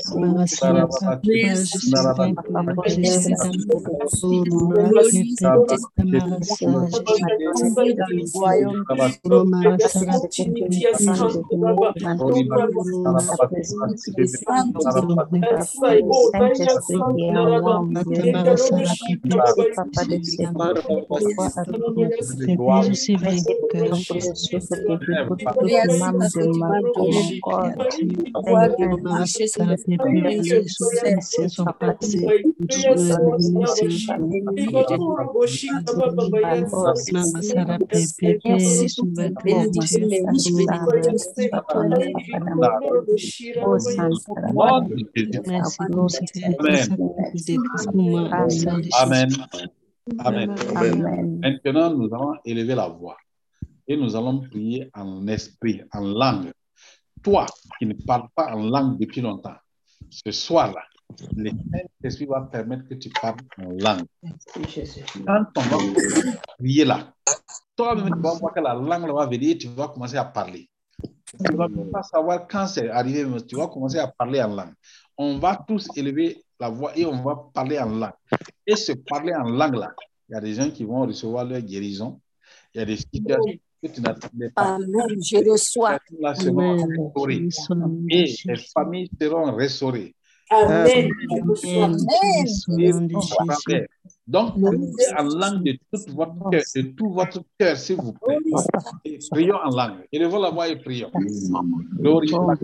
Amen. Amen. Amen. Maintenant, nous allons élever la voix et nous allons prier en esprit, en langue. Toi qui ne parles pas en langue depuis longtemps, ce soir-là, le Saint-Esprit va permettre que tu parles en langue. Quand on va prier là, toi-même, tu vas voir que la langue va venir et tu vas commencer à parler. Tu ne vas pas savoir quand c'est arrivé, mais tu vas commencer à parler en langue. On va tous élever la voix et on va parler en langue. Et se parler en langue là, il y a des gens qui vont recevoir leur guérison. Il y a des situations que tu n'attendais pas. Amen. Je reçois. Là seront restaurées. Et les familles seront restaurées. Amen. Et Donc, priez en langue de tout votre cœur, de tout votre cœur, s'il vous plaît. Et prions en langue. Élevons la voix et prions. Gloire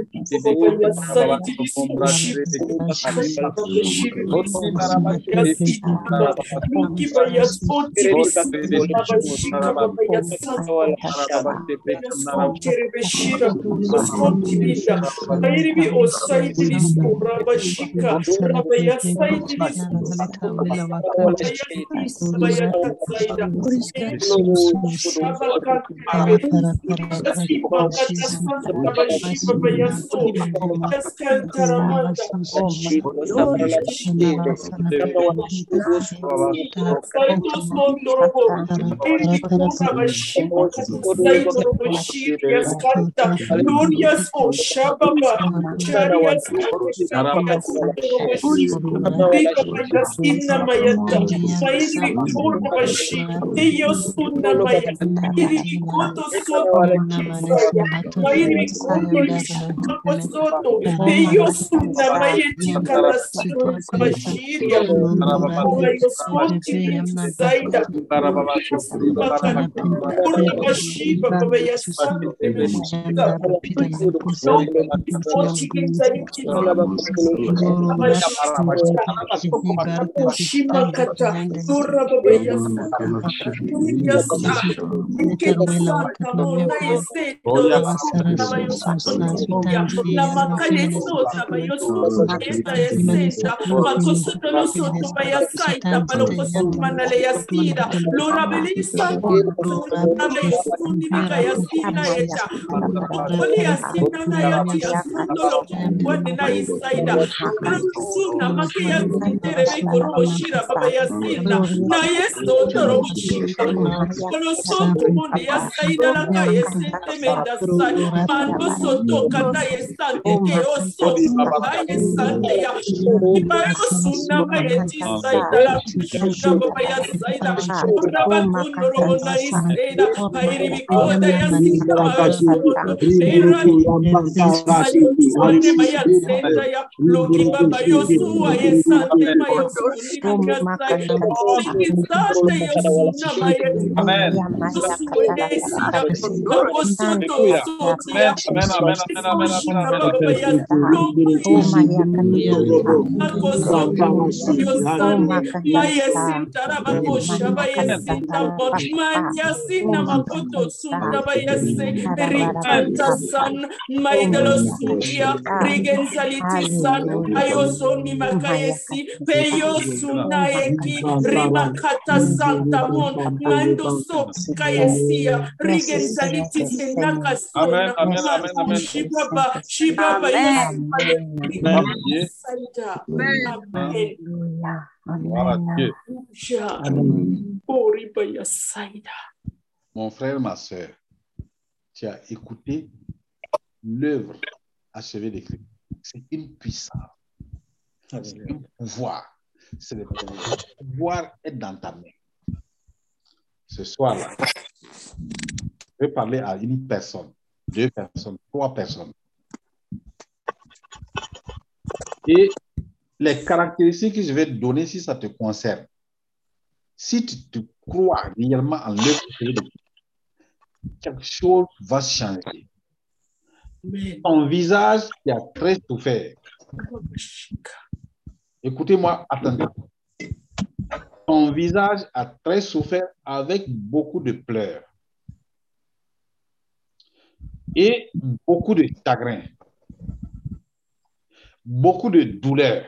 Amen, amen, amen, amen. Voilà Dieu. Mon frère, ma soeur, tu as écouté l'œuvre achevée de Christ. C'est une puissance. C'est un pouvoir. C'est le pouvoir est dans ta main. Ce soir-là, je vais parler à une personne, deux personnes, trois personnes. Et les caractéristiques que je vais te donner, si ça te concerne, si tu te crois réellement en l'œuvre de Dieu, quelque chose va changer. Ton visage qui a très souffert. Écoutez-moi attentivement. Ton visage a très souffert avec beaucoup de pleurs et beaucoup de chagrin, beaucoup de douleur.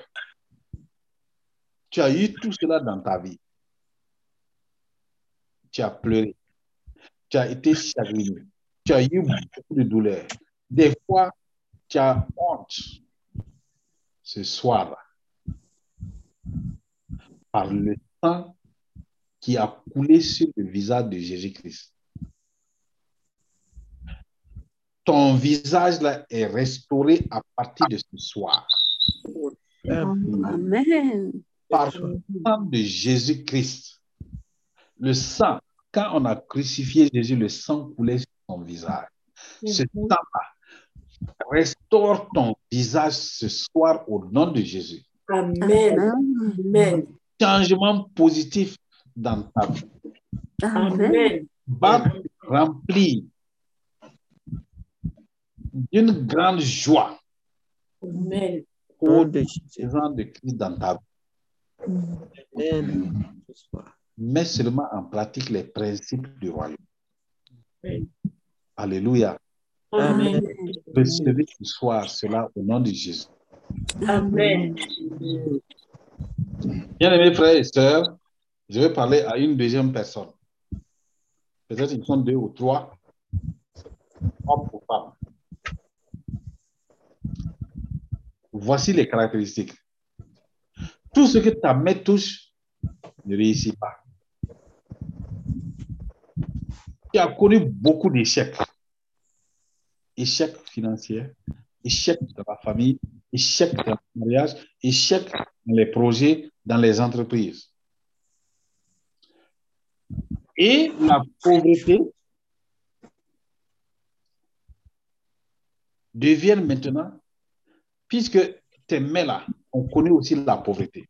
Tu as eu tout cela dans ta vie. Tu as pleuré, tu as été chagriné, tu as eu beaucoup de douleur. Des fois, tu as honte. Ce soir-là, par le sang qui a coulé sur le visage de Jésus-Christ, ton visage là est restauré à partir de ce soir. Amen. Par le sang de Jésus-Christ. Le sang, quand on a crucifié Jésus, le sang coulait sur son visage. Ce sang-là restaure ton visage ce soir au nom de Jésus. Amen. Amen. changement positif dans ta vie. Amen. Va te remplir d'une grande joie Amen. au présent de Christ dans ta vie. Amen. Mets seulement en pratique les principes du royaume. Amen. Alléluia. Amen. Recevez ce soir cela au nom de Jésus. Amen. Bien-aimés frères et sœurs, je vais parler à une deuxième personne. Peut-être ils sont deux ou trois, hommes ou femmes. Voici les caractéristiques. Tout ce que ta main touche ne réussit pas. Tu as connu beaucoup d'échecs. Échecs financiers, échecs dans la famille, échecs dans le mariage, échecs dans les projets, dans les entreprises. Et la pauvreté devient maintenant, puisque tes mains là, on connaît aussi la pauvreté.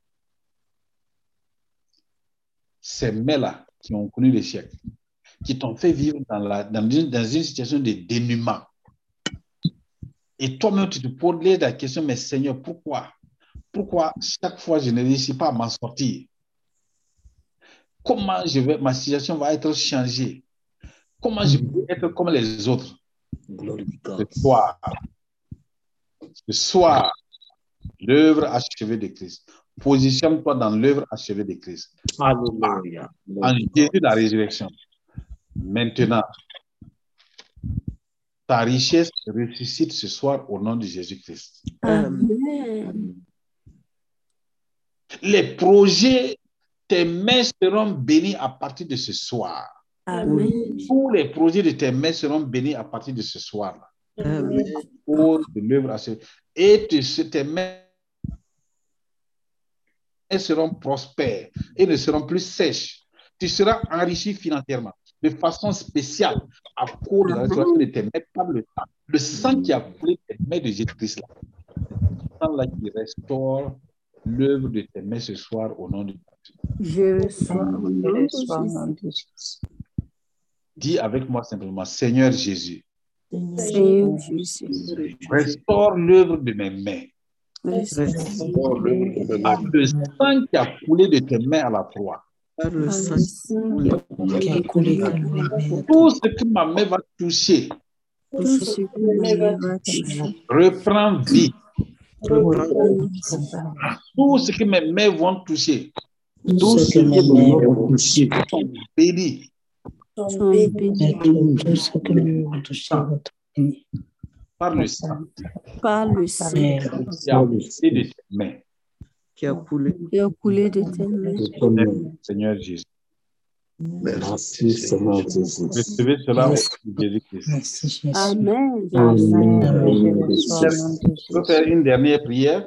Ces mains là qui ont connu l'échec, qui t'ont fait vivre dans, la, dans, une, dans une situation de dénuement. Et toi-même, tu te poses la question, mais Seigneur, pourquoi? Pourquoi chaque fois je ne réussis pas à m'en sortir? Comment je vais, ma situation va être changée? Comment je peux être comme les autres? Ce soir, ce soir, l'œuvre achevée de Christ. Positionne-toi dans l'œuvre achevée de Christ. Alléluia. En Jésus, la résurrection. Maintenant, ta richesse ressuscite ce soir au nom de Jésus-Christ. Amen. Les projets, tes mains seront bénies à partir de ce soir. Amen. Tous les projets de tes mains seront bénis à partir de ce soir-là. Amen. Pour de l'œuvre achevée. Et tu, tes mains seront prospères et ne seront plus sèches. Tu seras enrichi financièrement de façon spéciale à cause de la restauration de tes mains par le sang. Le sang qui a coulé tes mains de Jésus-Christ là. Le sang là qui restaure l'œuvre de tes mains ce soir au nom de Jésus. Je reçois au nom de Jésus. Dis avec moi simplement, Seigneur Jésus, Seigneur Jésus, restaure l'œuvre de mes mains. Restaure l'œuvre de Par le sang qui a coulé de tes mains à la croix. Par le sang qui a coulé dans mes mains. Tout ce que ma main va toucher tout ce que ma main va toucher reprend vie. reprend Tout ce que mes mains vont toucher Tout ce que mes mains vont toucher. sont bénis. sont bénis Tout ce que mes mains vont toucher va être béni. Par le sang par le sang qui a coulé de tes mains. qui a coulé. qui a coulé de tes mains. Seigneur Jésus. Merci, Seigneur Jésus. Recevez cela au nom de Jésus-Christ. Merci Jésus. Amen. Amen. Je reçois au nom de Je peux Jésus. faire une dernière prière.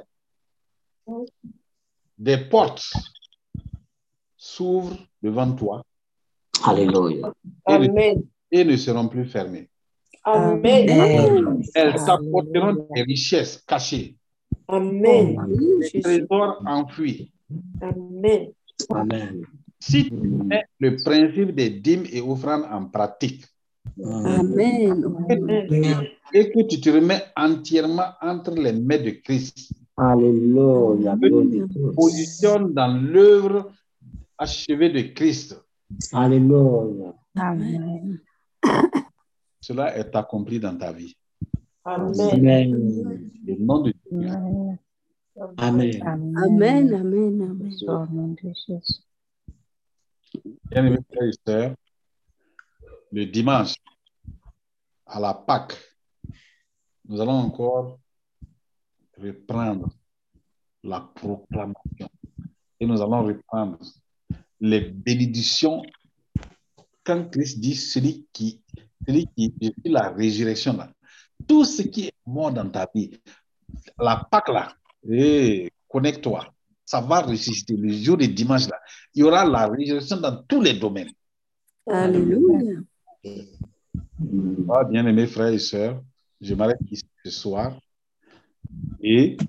Des portes s'ouvrent devant toi Alléluia. et ne, Amen. et ne seront plus fermées. Amen. Amen. Elles t'apporteront des richesses cachées, Amen. des trésors enfouis. Amen. Amen. Si tu mets le principe des dîmes et offrandes en pratique Amen. et que tu te remets entièrement entre les mains de Christ, Alléluia. positionne dans l'œuvre achevée de Christ, Alléluia. Amen. cela est accompli dans ta vie. Amen. Amen. Le nom de Dieu. Amen. Amen. Amen. Amen. Amen. Au nom de Jésus. Bien-aimés frères et sœurs, le dimanche, à la Pâque, nous allons encore reprendre la proclamation et nous allons reprendre les bénédictions quand Christ dit celui qui, celui qui est la résurrection là. Tout ce qui est mort dans ta vie, la Pâque là, et connecte-toi. Ça va ressusciter le jour du dimanche là. Il y aura la résurrection dans tous les domaines. Alléluia. Ah, bien-aimés frères et sœurs, je m'arrête ici ce soir et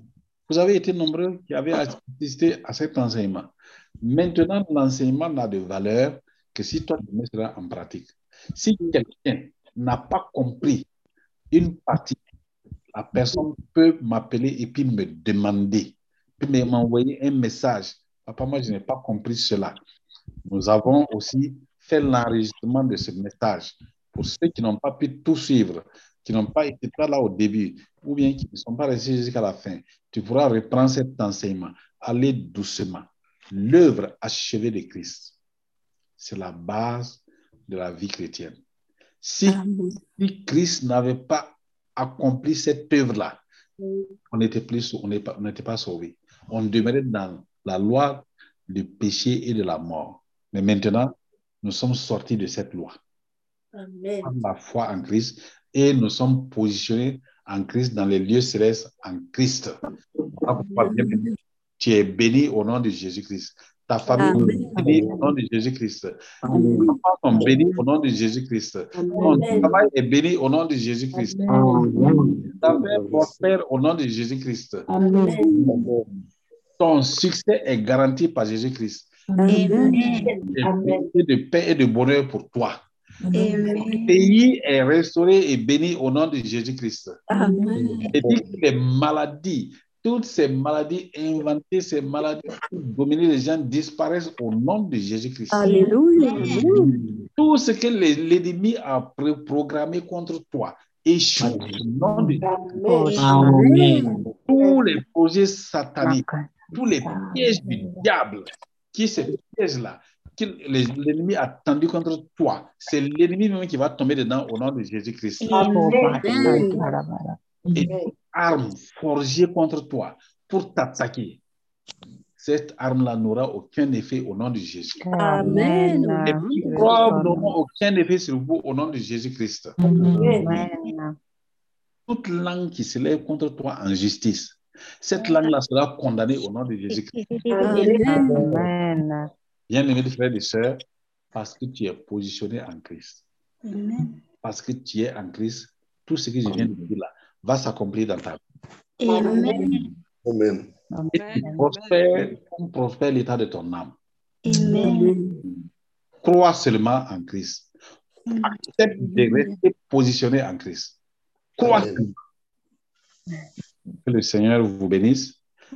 Vous avez été nombreux qui avaient assisté à cet enseignement. Maintenant, l'enseignement n'a de valeur que si toi, tu mets cela en pratique. Si quelqu'un n'a pas compris une partie, la personne peut m'appeler et puis me demander, peut m'envoyer un message. Papa, moi, je n'ai pas compris cela. Nous avons aussi fait l'enregistrement de ce message pour ceux qui n'ont pas pu tout suivre, qui n'ont pas été là au début, ou bien qui ne sont pas restés jusqu'à la fin. Tu pourras reprendre cet enseignement. Allez doucement. L'œuvre achevée de Christ, c'est la base de la vie chrétienne. Si, si Christ n'avait pas accompli cette œuvre-là, on n'était plus, on n'était pas sauvés. On demeurait dans la loi du péché et de la mort. Mais maintenant, nous sommes sortis de cette loi. Amen. Par la foi en Christ, et nous sommes positionnés en Christ dans les lieux célestes en Christ. Tu es béni au nom de Jésus-Christ. Ta famille est bénie au nom de Jésus-Christ. Tes enfants sont bénis au nom de Jésus-Christ. Ton travail est béni au nom de Jésus-Christ. Ta affaire prospère au nom de Jésus-Christ. Ton succès est garanti par Jésus-Christ. Et de paix et de bonheur pour toi. Le pays est restauré et béni au nom de Jésus-Christ. Et dit que les maladies, toutes ces maladies inventées, ces maladies pour dominer les gens disparaissent au nom de Jésus-Christ. Alléluia. Tout ce que l'ennemi a programmé contre toi échoue au nom de Jésus-Christ. Amen. Tous les projets sataniques, tous les pièges du diable, qui est ce piège-là, que l'ennemi a tendu contre toi, c'est l'ennemi même qui va tomber dedans au nom de Jésus-Christ. Et toute arme forgée contre toi pour t'attaquer, cette arme-là n'aura aucun effet au nom de Jésus. Amen. Les microbes n'auront aucun effet sur vous au nom de Jésus-Christ. Toute langue qui se lève contre toi en justice, cette langue-là sera condamnée au nom de Jésus-Christ. Amen. Bien-aimés frères et sœurs, parce que tu es positionné en Christ. Parce que tu es en Christ, tout ce que je viens de dire là va s'accomplir dans ta vie. Amen. Amen. Et tu prospères, comme prospère l'état de ton âme. Amen. Crois seulement en Christ. Accepte de rester positionné en Christ. Crois Amen. que le Seigneur vous bénisse.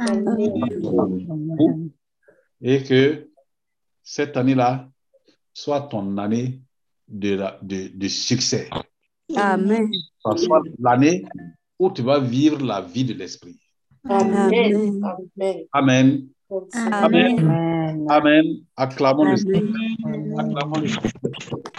Amen. Et que cette année-là soit ton année de, la, de, de succès. Amen. Ça soit l'année où tu vas vivre la vie de l'esprit. Amen. Amen. Amen. Amen. Amen. Acclamons le Amen. Seigneur. Acclamons le Seigneur.